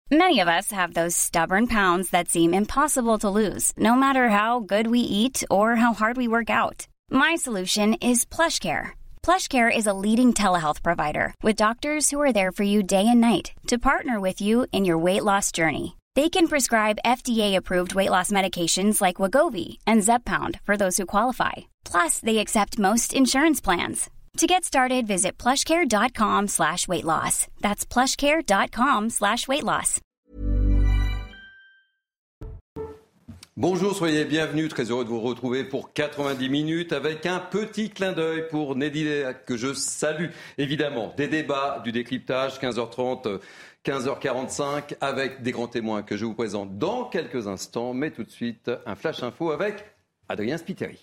Many of us have those stubborn pounds that seem impossible to lose, no matter how good we eat or how hard we work out. My solution is PlushCare. PlushCare is a leading telehealth provider with doctors who are there for you day and night to partner with you in your weight loss journey. They can prescribe FDA-approved weight loss medications like Wegovy and Zepbound for those who qualify. Plus, they accept most insurance plans. To get started, visit plushcare.com/weightloss. That's plushcare.com/weightloss. Bonjour, soyez bienvenus, très heureux de vous retrouver pour 90 minutes avec un petit clin d'œil pour Neddy Léac que je salue. Évidemment, des débats, du décryptage, 15h30, 15h45 avec des grands témoins que je vous présente dans quelques instants. Mais tout de suite, un flash info avec Adrien Spiteri.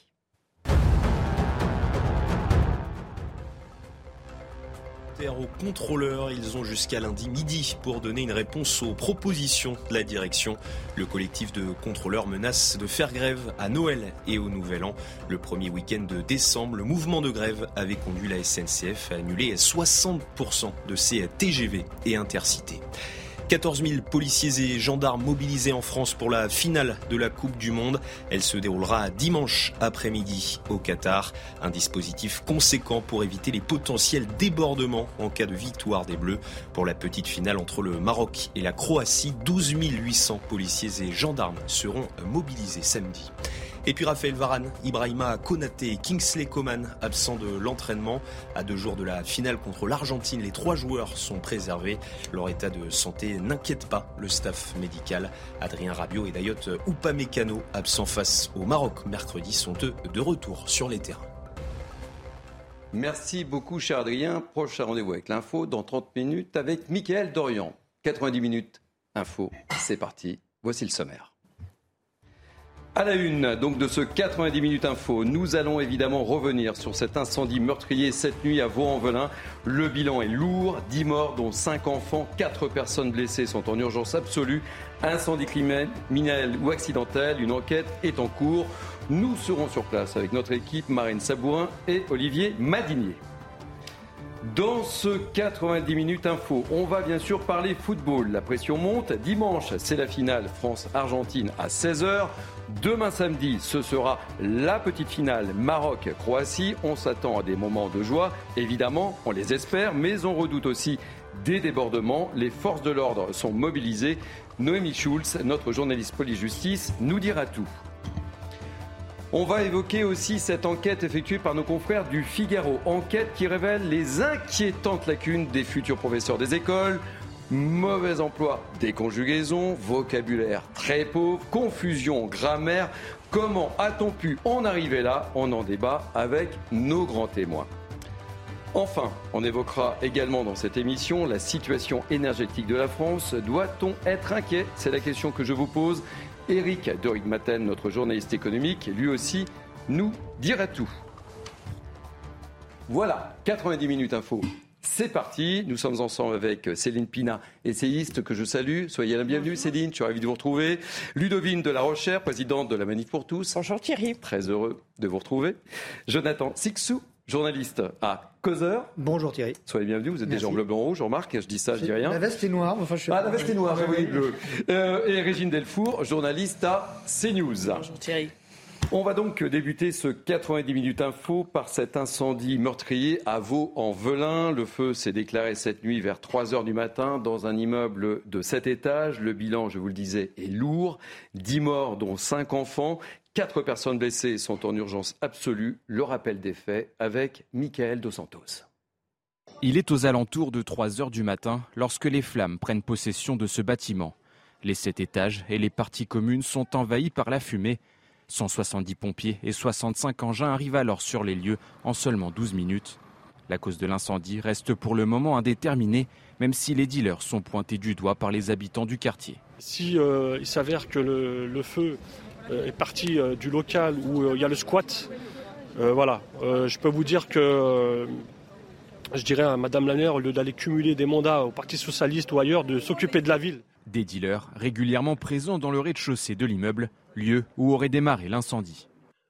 Aux contrôleurs, ils ont jusqu'à lundi midi pour donner une réponse aux propositions de la direction. Le collectif de contrôleurs menace de faire grève à Noël et au Nouvel An. Le premier week-end de décembre, le mouvement de grève avait conduit la SNCF à annuler 60% de ses TGV et Intercités. 14 000 policiers et gendarmes mobilisés en France pour la finale de la Coupe du Monde. Elle se déroulera dimanche après-midi au Qatar. Un dispositif conséquent pour éviter les potentiels débordements en cas de victoire des Bleus. Pour la petite finale entre le Maroc et la Croatie, 12 800 policiers et gendarmes seront mobilisés samedi. Et puis Raphaël Varane, Ibrahima Konaté et Kingsley Coman, absents de l'entraînement. À 2 jours de la finale contre l'Argentine, les 3 joueurs sont préservés. Leur état de santé n'inquiète pas le staff médical. Adrien Rabiot et Dayot Upamecano, absents face au Maroc mercredi, sont eux de retour sur les terrains. Merci beaucoup, cher Adrien. Prochain rendez-vous avec l'info dans 30 minutes avec Mickaël Dorian. 90 minutes info, c'est parti. Voici le sommaire. À la une donc de ce 90 minutes info, nous allons évidemment revenir sur cet incendie meurtrier cette nuit à Vaux-en-Velin. Le bilan est lourd, 10 morts dont 5 enfants, 4 personnes blessées sont en urgence absolue. Incendie criminel ou accidentel, une enquête est en cours. Nous serons sur place avec notre équipe Marine Sabourin et Olivier Madinier. Dans ce 90 minutes info, on va bien sûr parler football. La pression monte. Dimanche, c'est la finale France-Argentine à 16h. Demain samedi, ce sera la petite finale Maroc-Croatie. On s'attend à des moments de joie. Évidemment, on les espère, mais on redoute aussi des débordements. Les forces de l'ordre sont mobilisées. Noémie Schulz, notre journaliste police-justice, nous dira tout. On va évoquer aussi cette enquête effectuée par nos confrères du Figaro. Enquête qui révèle les inquiétantes lacunes des futurs professeurs des écoles. Mauvais emploi des conjugaisons, vocabulaire très pauvre, confusion, grammaire. Comment a-t-on pu en arriver là ? On en débat avec nos grands témoins. Enfin, on évoquera également dans cette émission la situation énergétique de la France. Doit-on être inquiet ? C'est la question que je vous pose. Éric de Rijmaten, notre journaliste économique, lui aussi nous dira tout. Voilà, 90 minutes info. C'est parti, nous sommes ensemble avec Céline Pina, essayiste que je salue. Soyez la bienvenue Céline, je suis ravi de vous retrouver. Ludovine de la Rochère, présidente de la Manif pour tous. Bonjour Thierry. Très heureux de vous retrouver. Jonathan Sixou, journaliste à Causeur. Bonjour Thierry. Soyez bienvenue, vous êtes déjà en bleu, blanc, rouge, je remarque, je dis ça, je dis rien. La veste est noire. Enfin, la veste est noire, oui, bleu. Et Régine Delfour, journaliste à CNews. Bonjour Thierry. On va donc débuter ce 90 minutes info par cet incendie meurtrier à Vaux-en-Velin. Le feu s'est déclaré cette nuit vers 3h du matin dans un immeuble de 7 étages. Le bilan, je vous le disais, est lourd. 10 morts, dont 5 enfants. 4 personnes blessées sont en urgence absolue. Le rappel des faits avec Mickaël Dos Santos. Il est aux alentours de 3h du matin lorsque les flammes prennent possession de ce bâtiment. Les 7 étages et les parties communes sont envahis par la fumée. 170 pompiers et 65 engins arrivent alors sur les lieux en seulement 12 minutes. La cause de l'incendie reste pour le moment indéterminée, même si les dealers sont pointés du doigt par les habitants du quartier. Si il s'avère que le feu est parti du local où il y a le squat, je peux vous dire que je dirais à Madame Lanner, au lieu d'aller cumuler des mandats au Parti Socialiste ou ailleurs, de s'occuper de la ville. Des dealers régulièrement présents dans le rez-de-chaussée de l'immeuble, lieu où aurait démarré l'incendie.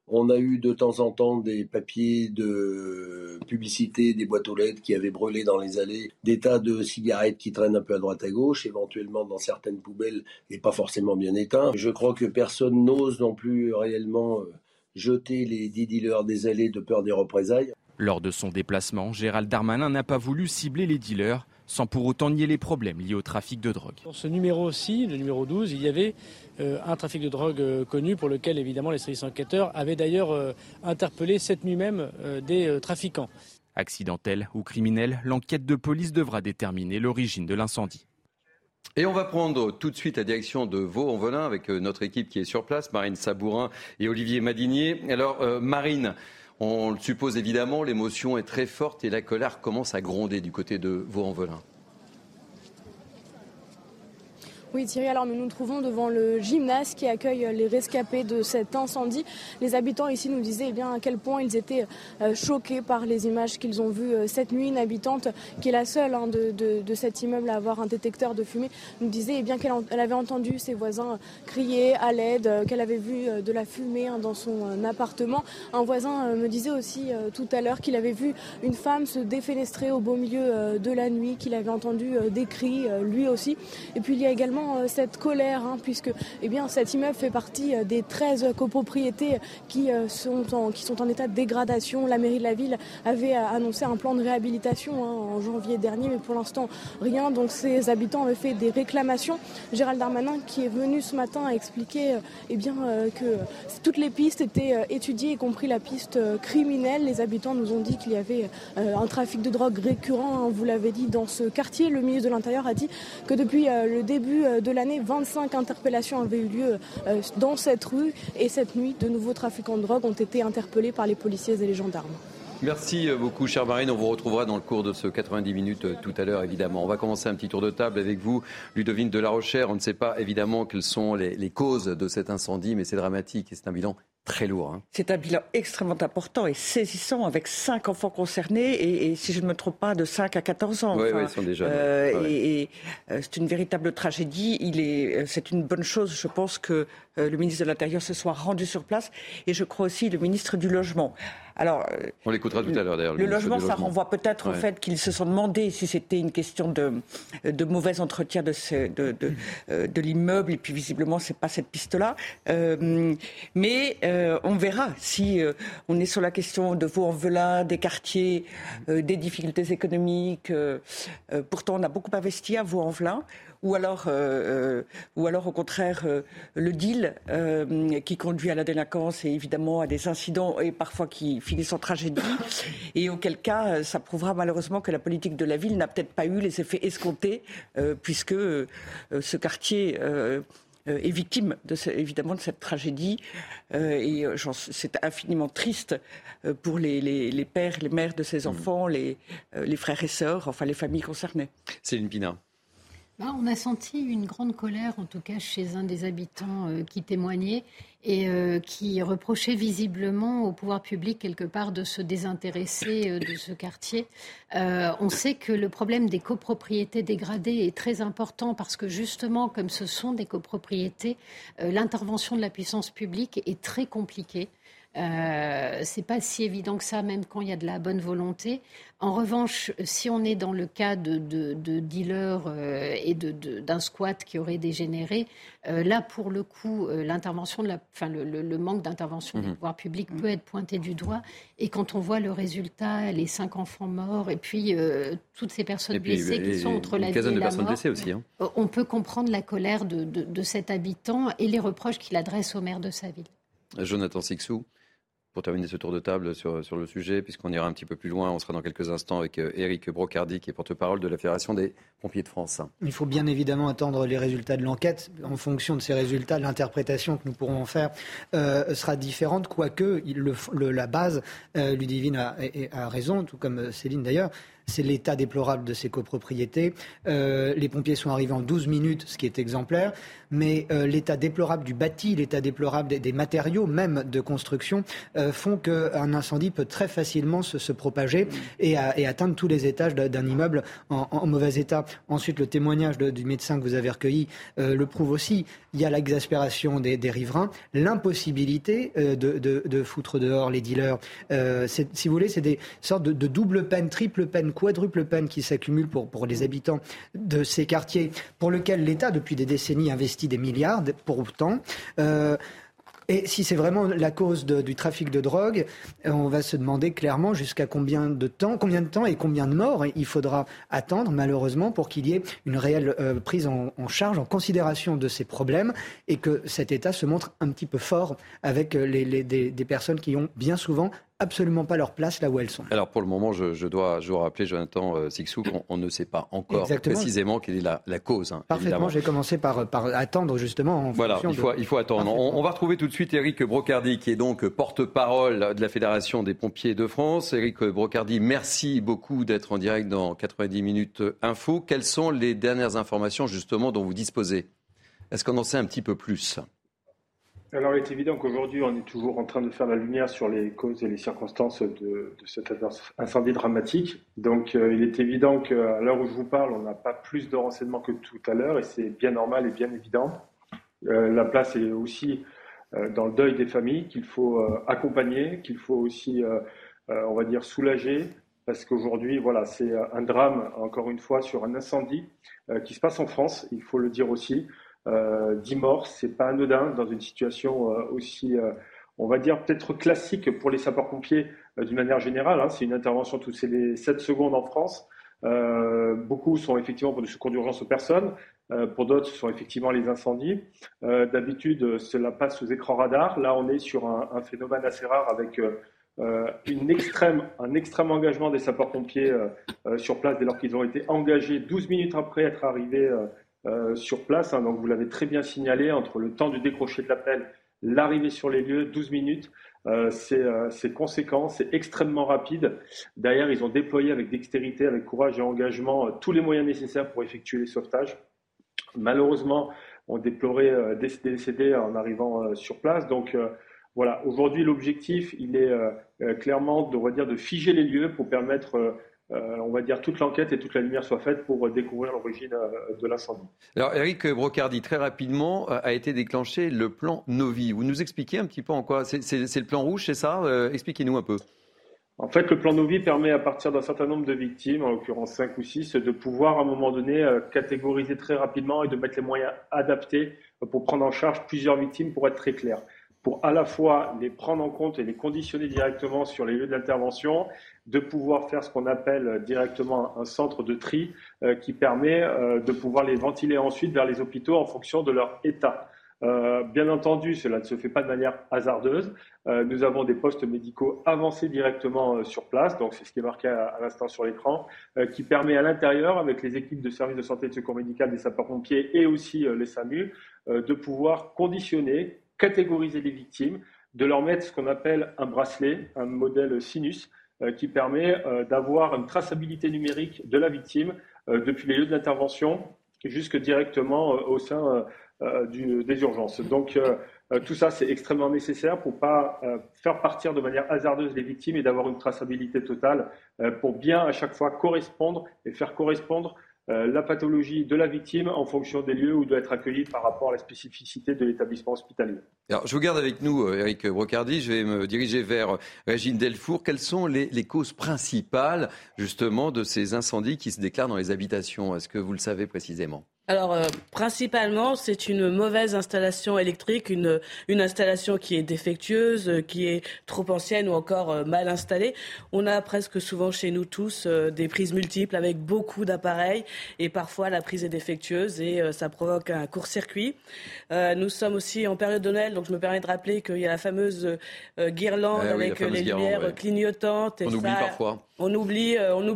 On a eu de temps en temps des papiers de publicité, des boîtes aux lettres qui avaient brûlé dans les allées, des tas de cigarettes qui traînent un peu à droite à gauche, éventuellement dans certaines poubelles et pas forcément bien éteints. Je crois que personne n'ose non plus réellement jeter les 10 dealers des allées de peur des représailles. Lors de son déplacement, Gérald Darmanin n'a pas voulu cibler les dealers, sans pour autant nier les problèmes liés au trafic de drogue. Dans ce numéro-ci, le numéro 12, il y avait un trafic de drogue connu pour lequel évidemment les services enquêteurs avaient d'ailleurs interpellé cette nuit même des trafiquants. Accidentel ou criminel, l'enquête de police devra déterminer l'origine de l'incendie. Et on va prendre tout de suite la direction de Vaux-en-Velin avec notre équipe qui est sur place, Marine Sabourin et Olivier Madinier. Alors Marine, on le suppose évidemment, l'émotion est très forte et la colère commence à gronder du côté de Vaux-en-Velin. Oui Thierry, alors nous nous trouvons devant le gymnase qui accueille les rescapés de cet incendie. Les habitants ici nous disaient à quel point ils étaient choqués par les images qu'ils ont vues cette nuit. Une habitante qui est la seule de cet immeuble à avoir un détecteur de fumée nous disait qu'elle avait entendu ses voisins crier à l'aide, qu'elle avait vu de la fumée dans son appartement. Un voisin me disait aussi tout à l'heure qu'il avait vu une femme se défenestrer au beau milieu de la nuit, qu'il avait entendu des cris lui aussi. Et puis il y a également cette colère, puisque cet immeuble fait partie des 13 copropriétés qui sont en état de dégradation. La mairie de la ville avait annoncé un plan de réhabilitation en janvier dernier, mais pour l'instant rien. Donc ces habitants avaient fait des réclamations. Gérald Darmanin, qui est venu ce matin, a expliqué que toutes les pistes étaient étudiées, y compris la piste criminelle. Les habitants nous ont dit qu'il y avait un trafic de drogue récurrent, vous l'avez dit, dans ce quartier. Le ministre de l'Intérieur a dit que depuis le début de l'année, 25 interpellations avaient eu lieu dans cette rue, et cette nuit, de nouveaux trafiquants de drogue ont été interpellés par les policiers et les gendarmes. Merci beaucoup, chère Marine. On vous retrouvera dans le cours de ce 90 minutes tout à l'heure, évidemment. On va commencer un petit tour de table avec vous, Ludovine de La Rochère. On ne sait pas, évidemment, quelles sont les causes de cet incendie, mais c'est dramatique et c'est un bilan très lourd. C'est un bilan extrêmement important et saisissant, avec 5 enfants concernés et si je ne me trompe pas, de 5 à 14 ans. Oui, ils sont des jeunes. C'est une véritable tragédie. C'est une bonne chose, je pense, que le ministre de l'Intérieur se soit rendu sur place, et je crois aussi le ministre du Logement. Alors, on l'écoutera tout à l'heure d'ailleurs. Le logement, ça renvoie peut-être au fait qu'ils se sont demandé si c'était une question de mauvais entretien de l'immeuble, et puis visiblement c'est pas cette piste-là. Mais on verra si on est sur la question de Vaux-en-Velin, des quartiers, des difficultés économiques. Pourtant, on a beaucoup investi à Vaux-en-Velin. Ou alors au contraire le deal qui conduit à la délinquance et évidemment à des incidents et parfois qui finissent en tragédie, et auquel cas ça prouvera malheureusement que la politique de la ville n'a peut-être pas eu les effets escomptés, puisque ce quartier est victime évidemment de cette tragédie, et c'est infiniment triste pour les pères, les mères de ces enfants, les frères et sœurs, enfin les familles concernées. Céline Pina. On a senti une grande colère, en tout cas chez un des habitants qui témoignait et qui reprochait visiblement au pouvoir public quelque part de se désintéresser de ce quartier. On sait que le problème des copropriétés dégradées est très important parce que justement, comme ce sont des copropriétés, l'intervention de la puissance publique est très compliquée. C'est pas si évident que ça, même quand il y a de la bonne volonté. En revanche, si on est dans le cas de dealers et d'un squat qui aurait dégénéré, là, pour le coup, l'intervention le manque d'intervention du pouvoir public peut être pointé du doigt. Et quand on voit le résultat, les 5 enfants morts et puis toutes ces personnes blessées qui sont entre la vie et la mort, aussi, on peut comprendre la colère de cet habitant et les reproches qu'il adresse au maire de sa ville. Jonathan Sicsou, pour terminer ce tour de table sur le sujet, puisqu'on ira un petit peu plus loin, on sera dans quelques instants avec Éric Brocardi, qui est porte-parole de la Fédération des pompiers de France. Il faut bien évidemment attendre les résultats de l'enquête. En fonction de ces résultats, l'interprétation que nous pourrons en faire sera différente, quoique la base, Ludivine a raison, tout comme Céline d'ailleurs. c'est l'état déplorable de ces copropriétés. Les pompiers sont arrivés en 12 minutes, ce qui est exemplaire, mais l'état déplorable du bâti, l'état déplorable des matériaux, même de construction, font qu'un incendie peut très facilement se propager et atteindre tous les étages d'un immeuble en mauvais état. Ensuite, le témoignage du médecin que vous avez recueilli le prouve aussi. Il y a l'exaspération des riverains, l'impossibilité de foutre dehors les dealers. Si vous voulez, c'est des sortes de double peine, triple peine, quadruple peine qui s'accumulent pour les habitants de ces quartiers pour lesquels l'État, depuis des décennies, investit des milliards pour autant. Et si c'est vraiment la cause du trafic de drogue, on va se demander clairement jusqu'à combien de temps et combien de morts il faudra attendre, malheureusement, pour qu'il y ait une réelle prise en charge, en considération de ces problèmes, et que cet État se montre un petit peu fort avec des personnes qui ont bien souvent absolument pas leur place là où elles sont. Alors pour le moment, je dois rappeler, Jonathan Sicsou, qu'on ne sait pas encore précisément quelle est la cause. Parfaitement, évidemment. J'ai commencé par attendre justement. Il faut attendre. On va retrouver tout de suite Éric Brocardi, qui est donc porte-parole de la Fédération des pompiers de France. Éric Brocardi, merci beaucoup d'être en direct dans 90 minutes info. Quelles sont les dernières informations justement dont vous disposez ? Est-ce qu'on en sait un petit peu plus ? Alors, il est évident qu'aujourd'hui, on est toujours en train de faire la lumière sur les causes et les circonstances de cet incendie dramatique. Donc, il est évident qu'à l'heure où je vous parle, on n'a pas plus de renseignements que tout à l'heure, et c'est bien normal et bien évident. La place est aussi dans le deuil des familles qu'il faut accompagner, qu'il faut aussi, on va dire, soulager, parce qu'aujourd'hui, voilà, c'est un drame, encore une fois, sur un incendie qui se passe en France, il faut le dire aussi. 10 morts, c'est pas anodin dans une situation aussi, on va dire, peut-être classique pour les sapeurs-pompiers d'une manière générale. C'est une intervention toutes les 7 secondes en France. Beaucoup sont effectivement pour des secours d'urgence aux personnes. Pour d'autres, ce sont effectivement les incendies. D'habitude, cela passe aux écrans radars. Là, on est sur un phénomène assez rare avec un extrême engagement des sapeurs-pompiers sur place dès lors qu'ils ont été engagés 12 minutes après être arrivés sur place, donc vous l'avez très bien signalé, entre le temps du décrocher de l'appel, l'arrivée sur les lieux, 12 minutes, c'est conséquent, c'est extrêmement rapide. Derrière, ils ont déployé avec dextérité, avec courage et engagement tous les moyens nécessaires pour effectuer les sauvetages. Malheureusement, on déplorait des décédés en arrivant sur place, donc voilà. Aujourd'hui, l'objectif, il est clairement, on va dire, de figer les lieux pour permettre on va dire, toute l'enquête et toute la lumière soit faite pour découvrir l'origine de l'incendie. Alors, Éric Brocardi, très rapidement, a été déclenché le plan Novi. Vous nous expliquez un petit peu en quoi c'est le plan rouge, c'est ça ? Expliquez-nous un peu. En fait, le plan Novi permet, à partir d'un certain nombre de victimes, en l'occurrence 5 ou 6, de pouvoir, à un moment donné, catégoriser très rapidement et de mettre les moyens adaptés pour prendre en charge plusieurs victimes, pour être très clair. Pour à la fois les prendre en compte et les conditionner directement sur les lieux d'intervention, de pouvoir faire ce qu'on appelle directement un centre de tri qui permet de pouvoir les ventiler ensuite vers les hôpitaux en fonction de leur état. Bien entendu, cela ne se fait pas de manière hasardeuse. Nous avons des postes médicaux avancés directement sur place, donc c'est ce qui est marqué à l'instant sur l'écran, qui permet à l'intérieur, avec les équipes de services de santé et de secours médical des sapeurs-pompiers et aussi les SAMU, de pouvoir conditionner, catégoriser les victimes, de leur mettre ce qu'on appelle un bracelet, un modèle Sinus, qui permet d'avoir une traçabilité numérique de la victime depuis les lieux de l'intervention jusque directement au sein des urgences. Donc tout ça, c'est extrêmement nécessaire pour ne pas faire partir de manière hasardeuse les victimes et d'avoir une traçabilité totale pour bien à chaque fois correspondre et faire correspondre la pathologie de la victime en fonction des lieux où doit être accueillie par rapport à la spécificité de l'établissement hospitalier. Alors, je vous garde avec nous, Éric Brocardi. Je vais me diriger vers Régine Delfour. Quelles sont les causes principales, justement, de ces incendies qui se déclarent dans les habitations ? Est-ce que vous le savez précisément ? Alors, principalement, c'est une mauvaise installation électrique, une installation qui est défectueuse, qui est trop ancienne ou encore mal installée. On a presque souvent chez nous tous des prises multiples avec beaucoup d'appareils et parfois la prise est défectueuse et ça provoque un court-circuit. Nous sommes aussi en période de Noël, donc je me permets de rappeler qu'il y a la fameuse guirlande avec les lumières clignotantes. Et on oublie parfois. On oublie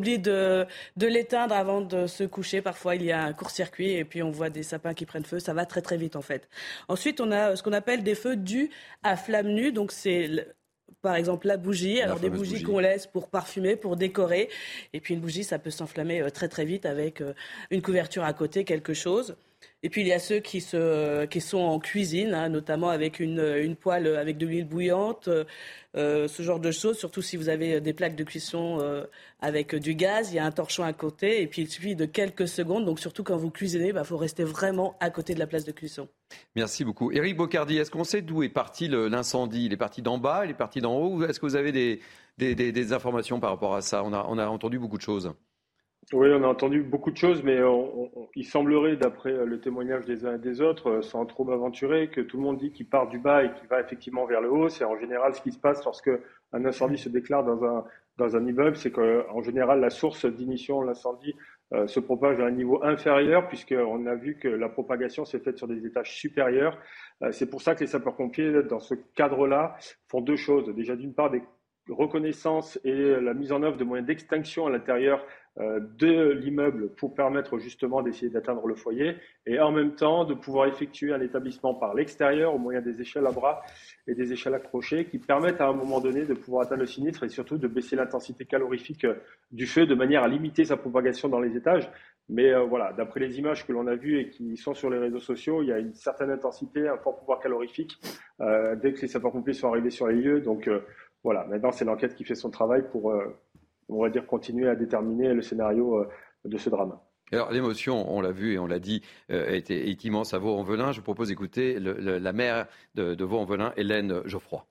de l'éteindre avant de se coucher. Parfois, il y a un court-circuit et puis on voit des sapins qui prennent feu. Ça va très très vite en fait. Ensuite, on a ce qu'on appelle des feux dus à flamme nue. Donc c'est par exemple la bougie. Alors des bougies qu'on laisse pour parfumer, pour décorer. Et puis une bougie, ça peut s'enflammer très très vite avec une couverture à côté, quelque chose. Et puis il y a ceux qui sont en cuisine, notamment avec une poêle avec de l'huile bouillante, ce genre de choses, surtout si vous avez des plaques de cuisson avec du gaz, il y a un torchon à côté, et puis il suffit de quelques secondes, donc surtout quand vous cuisinez, faut rester vraiment à côté de la place de cuisson. Merci beaucoup. Éric Bocardi, est-ce qu'on sait d'où est parti l'incendie ? Il est parti d'en bas, il est parti d'en haut, ou est-ce que vous avez des informations par rapport à ça ? On a entendu beaucoup de choses. Oui, on a entendu beaucoup de choses, mais il semblerait, d'après le témoignage des uns et des autres, sans trop m'aventurer, que tout le monde dit qu'il part du bas et qu'il va effectivement vers le haut. C'est en général ce qui se passe lorsque un incendie se déclare dans un immeuble, c'est qu'en général la source d'ignition de l'incendie se propage à un niveau inférieur, puisqu'on a vu que la propagation s'est faite sur des étages supérieurs. C'est pour ça que les sapeurs-pompiers, dans ce cadre-là, font deux choses. Déjà, d'une part, des reconnaissances et la mise en œuvre de moyens d'extinction à l'intérieur de l'immeuble pour permettre justement d'essayer d'atteindre le foyer et en même temps de pouvoir effectuer un établissement par l'extérieur au moyen des échelles à bras et des échelles accrochées qui permettent à un moment donné de pouvoir atteindre le sinistre et surtout de baisser l'intensité calorifique du feu de manière à limiter sa propagation dans les étages. Mais voilà, d'après les images que l'on a vues et qui sont sur les réseaux sociaux, il y a une certaine intensité, un fort pouvoir calorifique dès que les sapeurs-pompiers sont arrivés sur les lieux. Donc voilà, maintenant c'est l'enquête qui fait son travail pour on va dire continuer à déterminer le scénario de ce drame. Alors l'émotion, on l'a vu et on l'a dit, est immense à Vaux-en-Velin. Je vous propose d'écouter la maire de Vaux-en-Velin, Hélène Geoffroy.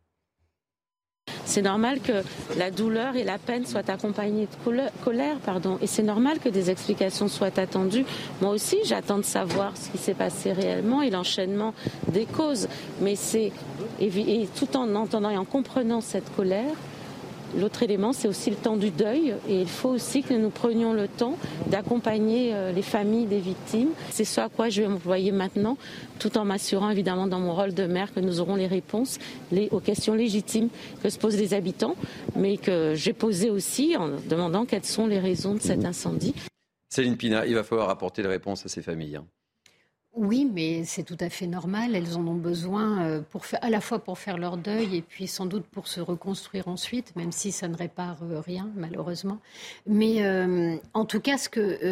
C'est normal que la douleur et la peine soient accompagnées de colère, et c'est normal que des explications soient attendues. Moi aussi, j'attends de savoir ce qui s'est passé réellement et l'enchaînement des causes. Mais et tout en entendant et en comprenant cette colère, l'autre élément, c'est aussi le temps du deuil et il faut aussi que nous prenions le temps d'accompagner les familles des victimes. C'est ce à quoi je vais m'employer maintenant, tout en m'assurant évidemment dans mon rôle de maire que nous aurons les réponses aux questions légitimes que se posent les habitants, mais que j'ai posées aussi en demandant quelles sont les raisons de cet incendie. Céline Pina, il va falloir apporter les réponses à ces familles. Oui, mais c'est tout à fait normal. Elles en ont besoin à la fois pour faire leur deuil et puis sans doute pour se reconstruire ensuite, même si ça ne répare rien, malheureusement. Mais en tout cas, ce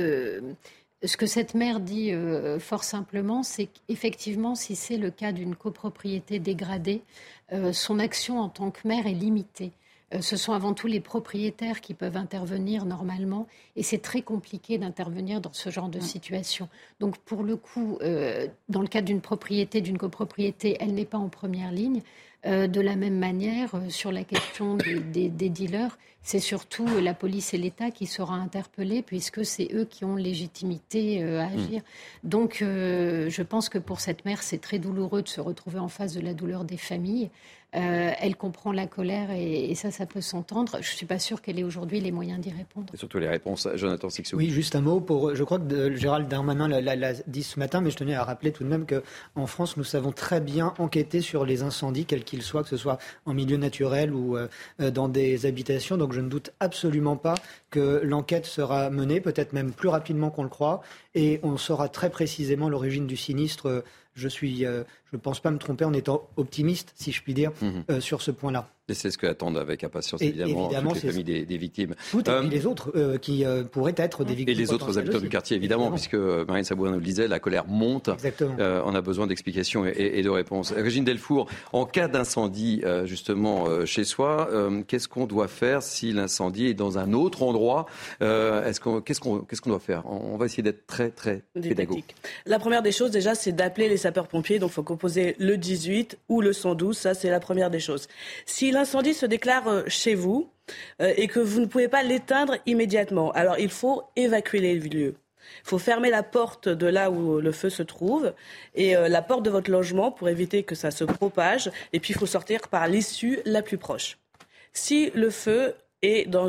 que cette mère dit fort simplement, c'est qu'effectivement, si c'est le cas d'une copropriété dégradée, son action en tant que maire est limitée. Ce sont avant tout les propriétaires qui peuvent intervenir normalement et c'est très compliqué d'intervenir dans ce genre de situation. Donc pour le coup, dans le cadre d'une propriété, d'une copropriété, elle n'est pas en première ligne. De la même manière, sur la question des dealers, c'est surtout la police et l'État qui sera interpellés puisque c'est eux qui ont légitimité à agir. Donc je pense que pour cette mère, c'est très douloureux de se retrouver en face de la douleur des familles. Elle comprend la colère et ça peut s'entendre. Je ne suis pas sûre qu'elle ait aujourd'hui les moyens d'y répondre. Et surtout les réponses, Jonathan Sixou. Oui, juste un mot. Je crois que Gérald Darmanin l'a dit ce matin, mais je tenais à rappeler tout de même qu'en France, nous savons très bien enquêter sur les incendies, quels qu'ils soient, que ce soit en milieu naturel ou dans des habitations. Donc je ne doute absolument pas que l'enquête sera menée, peut-être même plus rapidement qu'on le croit, et on saura très précisément l'origine du sinistre. Je ne pense pas me tromper en étant optimiste, si je puis dire, sur ce point-là. Et c'est ce que attendent avec impatience, évidemment toutes les familles des victimes. Toutes, et puis les autres qui pourraient être des victimes. Et les autres habitants du quartier, évidemment, puisque Marine Sabourin nous le disait, la colère monte. On a besoin d'explications et de réponses. Régine Delfour, en cas d'incendie, justement, chez soi, qu'est-ce qu'on doit faire si l'incendie est dans un autre endroit ? Qu'est-ce qu'on doit faire ? On va essayer d'être très, très pédagogique. La première des choses, déjà, c'est d'appeler les sapeurs-pompiers. Donc, il faut composer le 18 ou le 112. Ça, c'est la première des choses. Si l'incendie se déclare chez vous et que vous ne pouvez pas l'éteindre immédiatement, alors il faut évacuer les lieux. Il faut fermer la porte de là où le feu se trouve et la porte de votre logement pour éviter que ça se propage. Et puis, il faut sortir par l'issue la plus proche. Si le feu est dans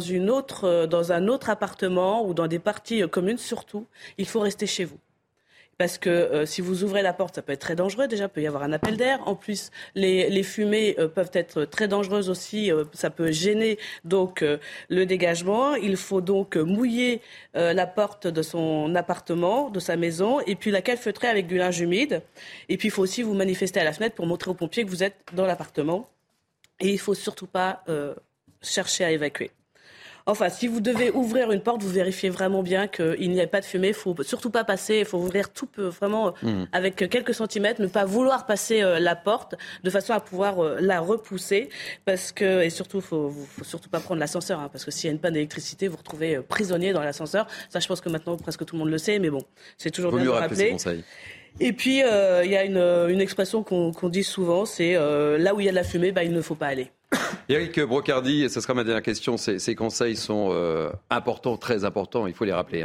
un autre appartement ou dans des parties communes, surtout, il faut rester chez vous. Parce que si vous ouvrez la porte, ça peut être très dangereux. Déjà, il peut y avoir un appel d'air. En plus, les fumées peuvent être très dangereuses aussi. Ça peut gêner donc le dégagement. Il faut donc mouiller la porte de son appartement, de sa maison, et puis la calfeutrer avec du linge humide. Et puis, il faut aussi vous manifester à la fenêtre pour montrer aux pompiers que vous êtes dans l'appartement. et il ne faut surtout pas chercher à évacuer. Enfin, si vous devez ouvrir une porte, vous vérifiez vraiment bien qu'il n'y a pas de fumée. Il ne faut surtout pas passer, il faut ouvrir tout vraiment avec quelques centimètres, ne pas vouloir passer la porte de façon à pouvoir la repousser. Et surtout, il ne faut surtout pas prendre l'ascenseur, parce que s'il y a une panne d'électricité, vous vous retrouvez prisonnier dans l'ascenseur. Ça, je pense que maintenant, presque tout le monde le sait, mais bon, c'est toujours bien de le rappeler. Et puis, il y a une expression qu'on dit souvent, c'est là où il y a de la fumée, il ne faut pas aller. Éric Brocardi, et ce sera ma dernière question, ces conseils sont importants, très importants, il faut les rappeler.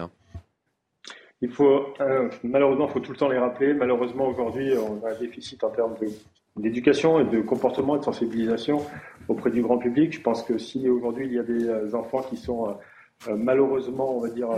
Malheureusement, il faut tout le temps les rappeler. Malheureusement, aujourd'hui, on a un déficit en termes d'éducation et de comportement et de sensibilisation auprès du grand public. Je pense que si aujourd'hui, il y a des enfants qui sont malheureusement, on va dire,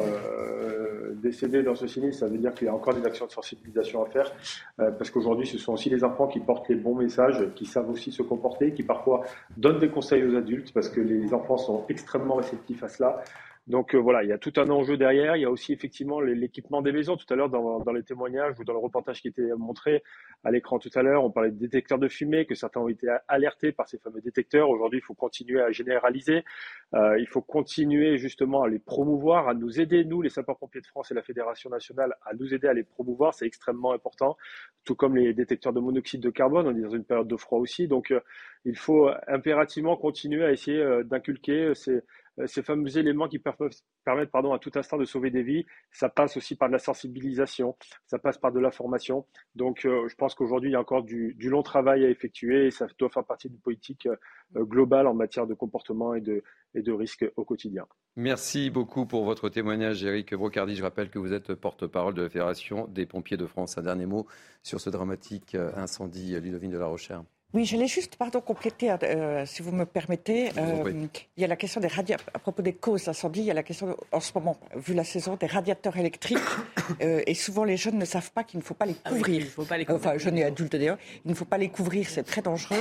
décédés dans ce sinistre, ça veut dire qu'il y a encore des actions de sensibilisation à faire, parce qu'aujourd'hui, ce sont aussi les enfants qui portent les bons messages, qui savent aussi se comporter, qui parfois donnent des conseils aux adultes, parce que les enfants sont extrêmement réceptifs à cela. Donc voilà, il y a tout un enjeu derrière. Il y a aussi effectivement l'équipement des maisons. Tout à l'heure, dans les témoignages ou dans le reportage qui était montré à l'écran tout à l'heure, on parlait de détecteurs de fumée, que certains ont été alertés par ces fameux détecteurs. Aujourd'hui, il faut continuer à généraliser. Il faut continuer justement à les promouvoir, à nous aider, nous, les sapeurs-pompiers de France et la Fédération nationale, à nous aider à les promouvoir. C'est extrêmement important. Tout comme les détecteurs de monoxyde de carbone. On est dans une période de froid aussi. Donc, il faut impérativement continuer à essayer d'inculquer ces fameux éléments qui permettent à tout instant de sauver des vies. Ça passe aussi par de la sensibilisation, ça passe par de la formation. Donc je pense qu'aujourd'hui, il y a encore du long travail à effectuer et ça doit faire partie d'une politique globale en matière de comportement et de risques au quotidien. Merci beaucoup pour votre témoignage, Éric Brocardi. Je rappelle que vous êtes porte-parole de la Fédération des pompiers de France. Un dernier mot sur ce dramatique incendie, Ludovine de la Rochère. Oui, je l'ai juste, complété, si vous me permettez. Il y a la question des radiateurs, à propos des causes d'incendie, il y a la question, en ce moment, vu la saison, des radiateurs électriques. Et souvent, les jeunes ne savent pas qu'il ne faut pas les couvrir. Jeunes et adultes d'ailleurs, il ne faut pas les couvrir, c'est très dangereux.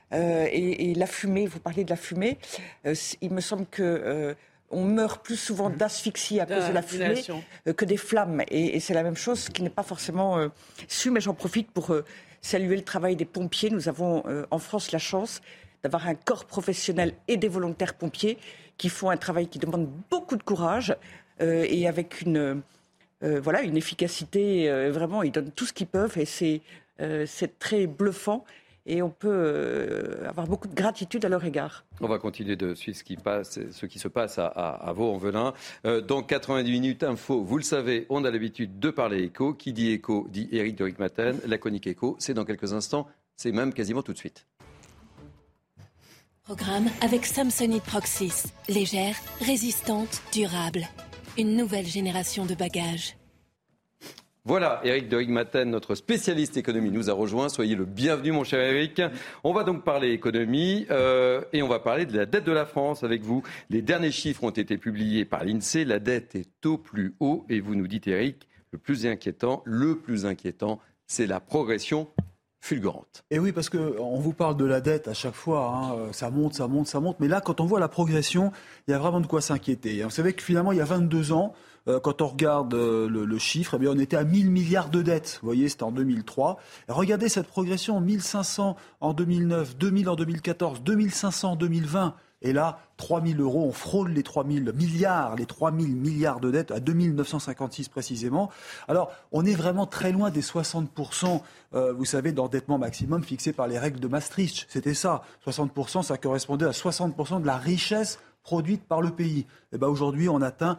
Et la fumée, vous parlez de la fumée, il me semble que... on meurt plus souvent d'asphyxie à cause de la fumée que des flammes. Et c'est la même chose, ce qui n'est pas forcément su, mais j'en profite pour saluer le travail des pompiers. Nous avons en France la chance d'avoir un corps professionnel et des volontaires pompiers qui font un travail qui demande beaucoup de courage et avec une efficacité. Vraiment, ils donnent tout ce qu'ils peuvent et c'est très bluffant. Et on peut avoir beaucoup de gratitude à leur égard. On va continuer de suivre ce qui se passe à Vaux-en-Velin. Dans 90 minutes info, vous le savez, on a l'habitude de parler éco. Qui dit éco dit Éric de Rijkmaten. La chronique éco, c'est dans quelques instants. C'est même quasiment tout de suite. Programme avec Samsonite Proxys. Légère, résistante, durable. Une nouvelle génération de bagages. Voilà, Éric de Rijkmaten, notre spécialiste économie, nous a rejoint. Soyez le bienvenu, mon cher Éric. On va donc parler économie et on va parler de la dette de la France avec vous. Les derniers chiffres ont été publiés par l'INSEE. La dette est au plus haut et vous nous dites, Éric, le plus inquiétant, c'est la progression fulgurante. Et oui, parce qu'on vous parle de la dette à chaque fois, ça monte. Mais là, quand on voit la progression, il y a vraiment de quoi s'inquiéter. Vous savez que finalement, il y a 22 ans, quand on regarde le chiffre, on était à 1000 milliards de dettes. Vous voyez, c'était en 2003. Et regardez cette progression, 1500 en 2009, 2000 en 2014, 2500 en 2020. Et là, 3 000 euros, on frôle les 3 000 milliards de dettes, à 2 956 précisément. Alors, on est vraiment très loin des 60%, vous savez, d'endettement maximum fixé par les règles de Maastricht. C'était ça. 60%, ça correspondait à 60% de la richesse produite par le pays. Et aujourd'hui, on atteint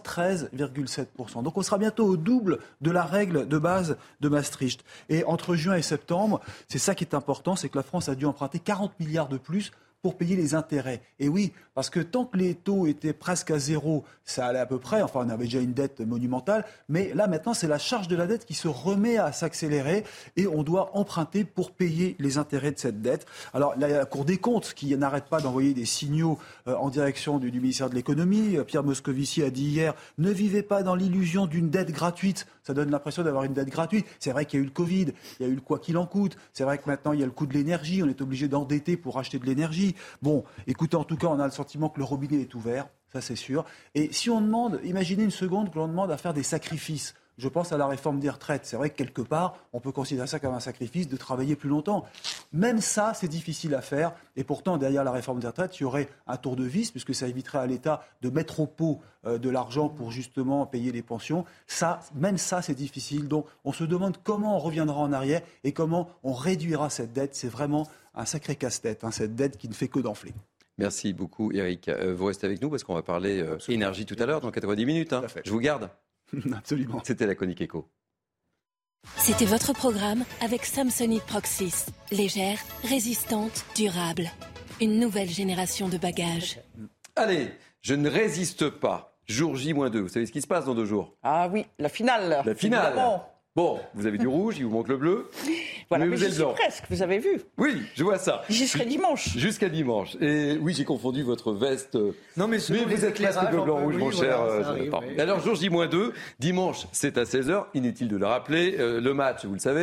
113,7%. Donc on sera bientôt au double de la règle de base de Maastricht. Et entre juin et septembre, c'est ça qui est important, c'est que la France a dû emprunter 40 milliards de plus pour payer les intérêts. Et oui, parce que tant que les taux étaient presque à zéro, ça allait à peu près, enfin on avait déjà une dette monumentale, mais là maintenant c'est la charge de la dette qui se remet à s'accélérer et on doit emprunter pour payer les intérêts de cette dette. Alors la Cour des comptes qui n'arrête pas d'envoyer des signaux en direction du ministère de l'économie, Pierre Moscovici a dit hier, ne vivez pas dans l'illusion d'une dette gratuite. Ça donne l'impression d'avoir une dette gratuite. C'est vrai qu'il y a eu le Covid, il y a eu le quoi qu'il en coûte. C'est vrai que maintenant il y a le coût de l'énergie, on est obligé d'endetter pour acheter de l'énergie. Bon, écoutez, en tout cas, on a le sentiment que le robinet est ouvert, ça c'est sûr. Et si on demande, imaginez une seconde que l'on demande à faire des sacrifices Je pense à la réforme des retraites. C'est vrai que quelque part, on peut considérer ça comme un sacrifice de travailler plus longtemps. Même ça, c'est difficile à faire. Et pourtant, derrière la réforme des retraites, il y aurait un tour de vis, puisque ça éviterait à l'État de mettre au pot de l'argent pour justement payer les pensions. Même ça, c'est difficile. Donc, on se demande comment on reviendra en arrière et comment on réduira cette dette. C'est vraiment un sacré casse-tête, cette dette qui ne fait que d'enfler. Merci beaucoup, Eric. Vous restez avec nous parce qu'on va parler énergie tout à l'heure, dans 90 minutes. Je vous garde. Absolument. C'était la chronique éco. C'était votre programme avec Samsonite Proxys. Légère, résistante, durable. Une nouvelle génération de bagages. Allez, je ne résiste pas. Jour J-2. Vous savez ce qui se passe dans 2 jours ? Ah oui, la finale. La finale. Évidemment. Bon, vous avez du rouge, il vous manque le bleu. Voilà, mais vous êtes blanc. Presque, vous avez vu. Oui, je vois ça. Jusqu'à dimanche. Jusqu'à dimanche. Et oui, j'ai confondu votre veste. Non, mais vous êtes presque bleu, blanc, rouge, mon cher. Oui. Alors, jour J-2, dimanche, c'est à 16h. Inutile de le rappeler. Le match, vous le savez ?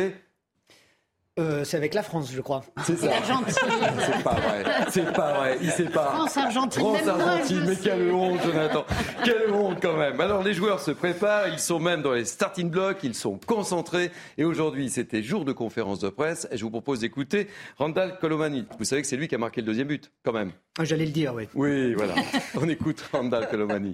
C'est avec la France, je crois. C'est ça. L'Argentine. C'est pas vrai. C'est pas vrai. Il sait pas. France-Argentine. France-Argentine. Mais quelle honte, Jonathan. Quelle honte quand même. Alors les joueurs se préparent. Ils sont même dans les starting blocks. Ils sont concentrés. Et aujourd'hui, c'était jour de conférence de presse. Et je vous propose d'écouter Randal Colomani. Vous savez que c'est lui qui a marqué le 2e but, quand même. J'allais le dire, oui. Oui, voilà. On écoute Randal Colomani.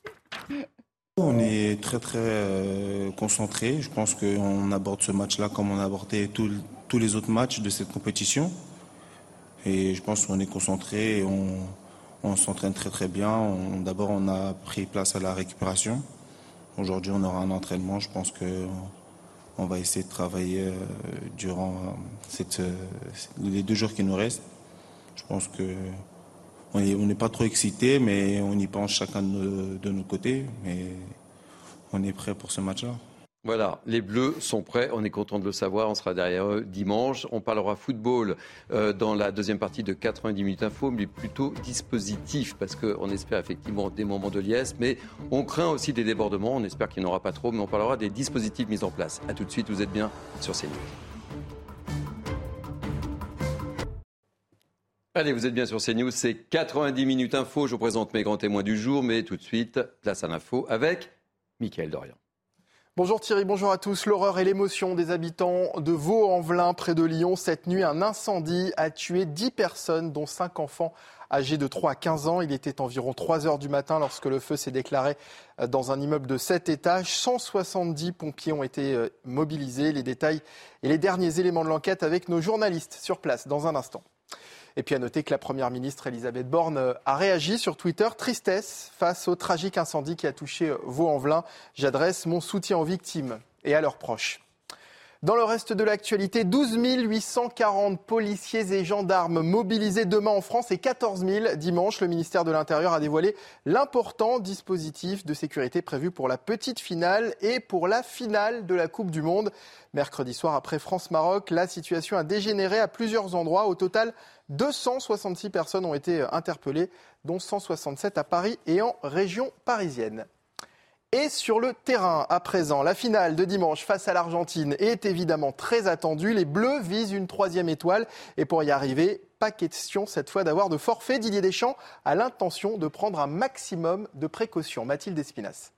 On est très concentré. Je pense qu'on aborde ce match-là comme on a abordé tous les autres matchs de cette compétition. Et je pense qu'on est concentré et on s'entraîne très bien. D'abord, on a pris place à la récupération. Aujourd'hui, on aura un entraînement. Je pense qu'on va essayer de travailler durant les 2 jours qui nous restent. Je pense qu'on n'est pas trop excité, mais on y pense chacun de nos côtés. Mais on est prêt pour ce match-là. Voilà, les Bleus sont prêts, on est content de le savoir, on sera derrière eux dimanche. On parlera football dans la deuxième partie de 90 minutes info, mais plutôt dispositif, parce qu'on espère effectivement des moments de liesse, mais on craint aussi des débordements, on espère qu'il n'y en aura pas trop, mais on parlera des dispositifs mis en place. A tout de suite, vous êtes bien sur CNews. Allez, vous êtes bien sur CNews, c'est 90 minutes info, je vous présente mes grands témoins du jour, mais tout de suite, place à l'info avec Mickaël Dorian. Bonjour Thierry, bonjour à tous. L'horreur et l'émotion des habitants de Vaux-en-Velin, près de Lyon. Cette nuit, un incendie a tué 10 personnes, dont 5 enfants âgés de 3 à 15 ans. Il était environ 3 heures du matin lorsque le feu s'est déclaré dans un immeuble de 7 étages. 170 pompiers ont été mobilisés. Les détails et les derniers éléments de l'enquête avec nos journalistes sur place dans un instant. Et puis à noter que la Première ministre Elisabeth Borne a réagi sur Twitter. Tristesse face au tragique incendie qui a touché Vaux-en-Velin. J'adresse mon soutien aux victimes et à leurs proches. Dans le reste de l'actualité, 12 840 policiers et gendarmes mobilisés demain en France et 14 000 dimanche. Le ministère de l'Intérieur a dévoilé l'important dispositif de sécurité prévu pour la petite finale et pour la finale de la Coupe du Monde. Mercredi soir, après France-Maroc, la situation a dégénéré à plusieurs endroits. Au total, 266 personnes ont été interpellées, dont 167 à Paris et en région parisienne. Et sur le terrain, à présent, la finale de dimanche face à l'Argentine est évidemment très attendue. Les Bleus visent une 3e étoile et pour y arriver, pas question cette fois d'avoir de forfait. Didier Deschamps a l'intention de prendre un maximum de précautions. Mathilde Espinas.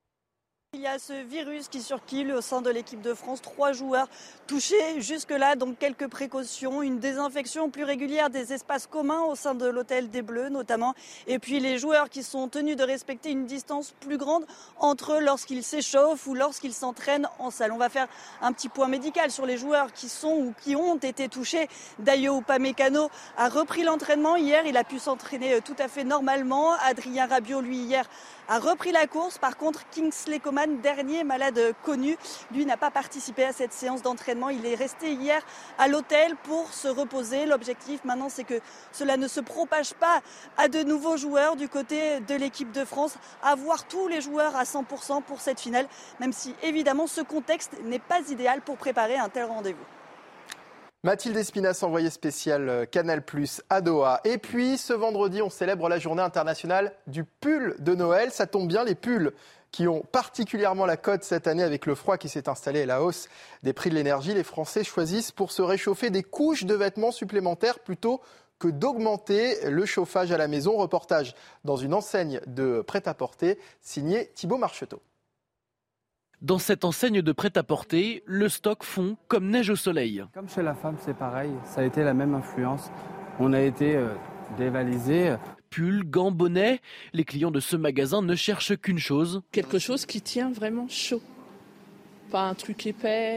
Il y a ce virus qui circule au sein de l'équipe de France, 3 joueurs touchés jusque-là, donc quelques précautions, une désinfection plus régulière des espaces communs au sein de l'hôtel des Bleus notamment, et puis les joueurs qui sont tenus de respecter une distance plus grande entre eux lorsqu'ils s'échauffent ou lorsqu'ils s'entraînent en salle. On va faire un petit point médical sur les joueurs qui sont ou qui ont été touchés. Dayo Upamecano a repris l'entraînement hier, il a pu s'entraîner tout à fait normalement. Adrien Rabiot, lui, hier, a repris la course. Par contre, Kingsley Coman, dernier malade connu, lui n'a pas participé à cette séance d'entraînement. Il est resté hier à l'hôtel pour se reposer. L'objectif maintenant, c'est que cela ne se propage pas à de nouveaux joueurs du côté de l'équipe de France. Avoir tous les joueurs à 100% pour cette finale, même si évidemment ce contexte n'est pas idéal pour préparer un tel rendez-vous. Mathilde Espinas, envoyée spéciale Canal+ à Doha. Et puis, ce vendredi, on célèbre la journée internationale du pull de Noël. Ça tombe bien, les pulls qui ont particulièrement la cote cette année avec le froid qui s'est installé et la hausse des prix de l'énergie. Les Français choisissent pour se réchauffer des couches de vêtements supplémentaires plutôt que d'augmenter le chauffage à la maison. Reportage dans une enseigne de prêt-à-porter signé Thibaut Marcheteau. Dans cette enseigne de prêt-à-porter, le stock fond comme neige au soleil. Comme chez la femme, c'est pareil, ça a été la même influence. On a été dévalisés. Pulls, gants, bonnets, les clients de ce magasin ne cherchent qu'une chose. Quelque chose qui tient vraiment chaud. Pas un truc épais,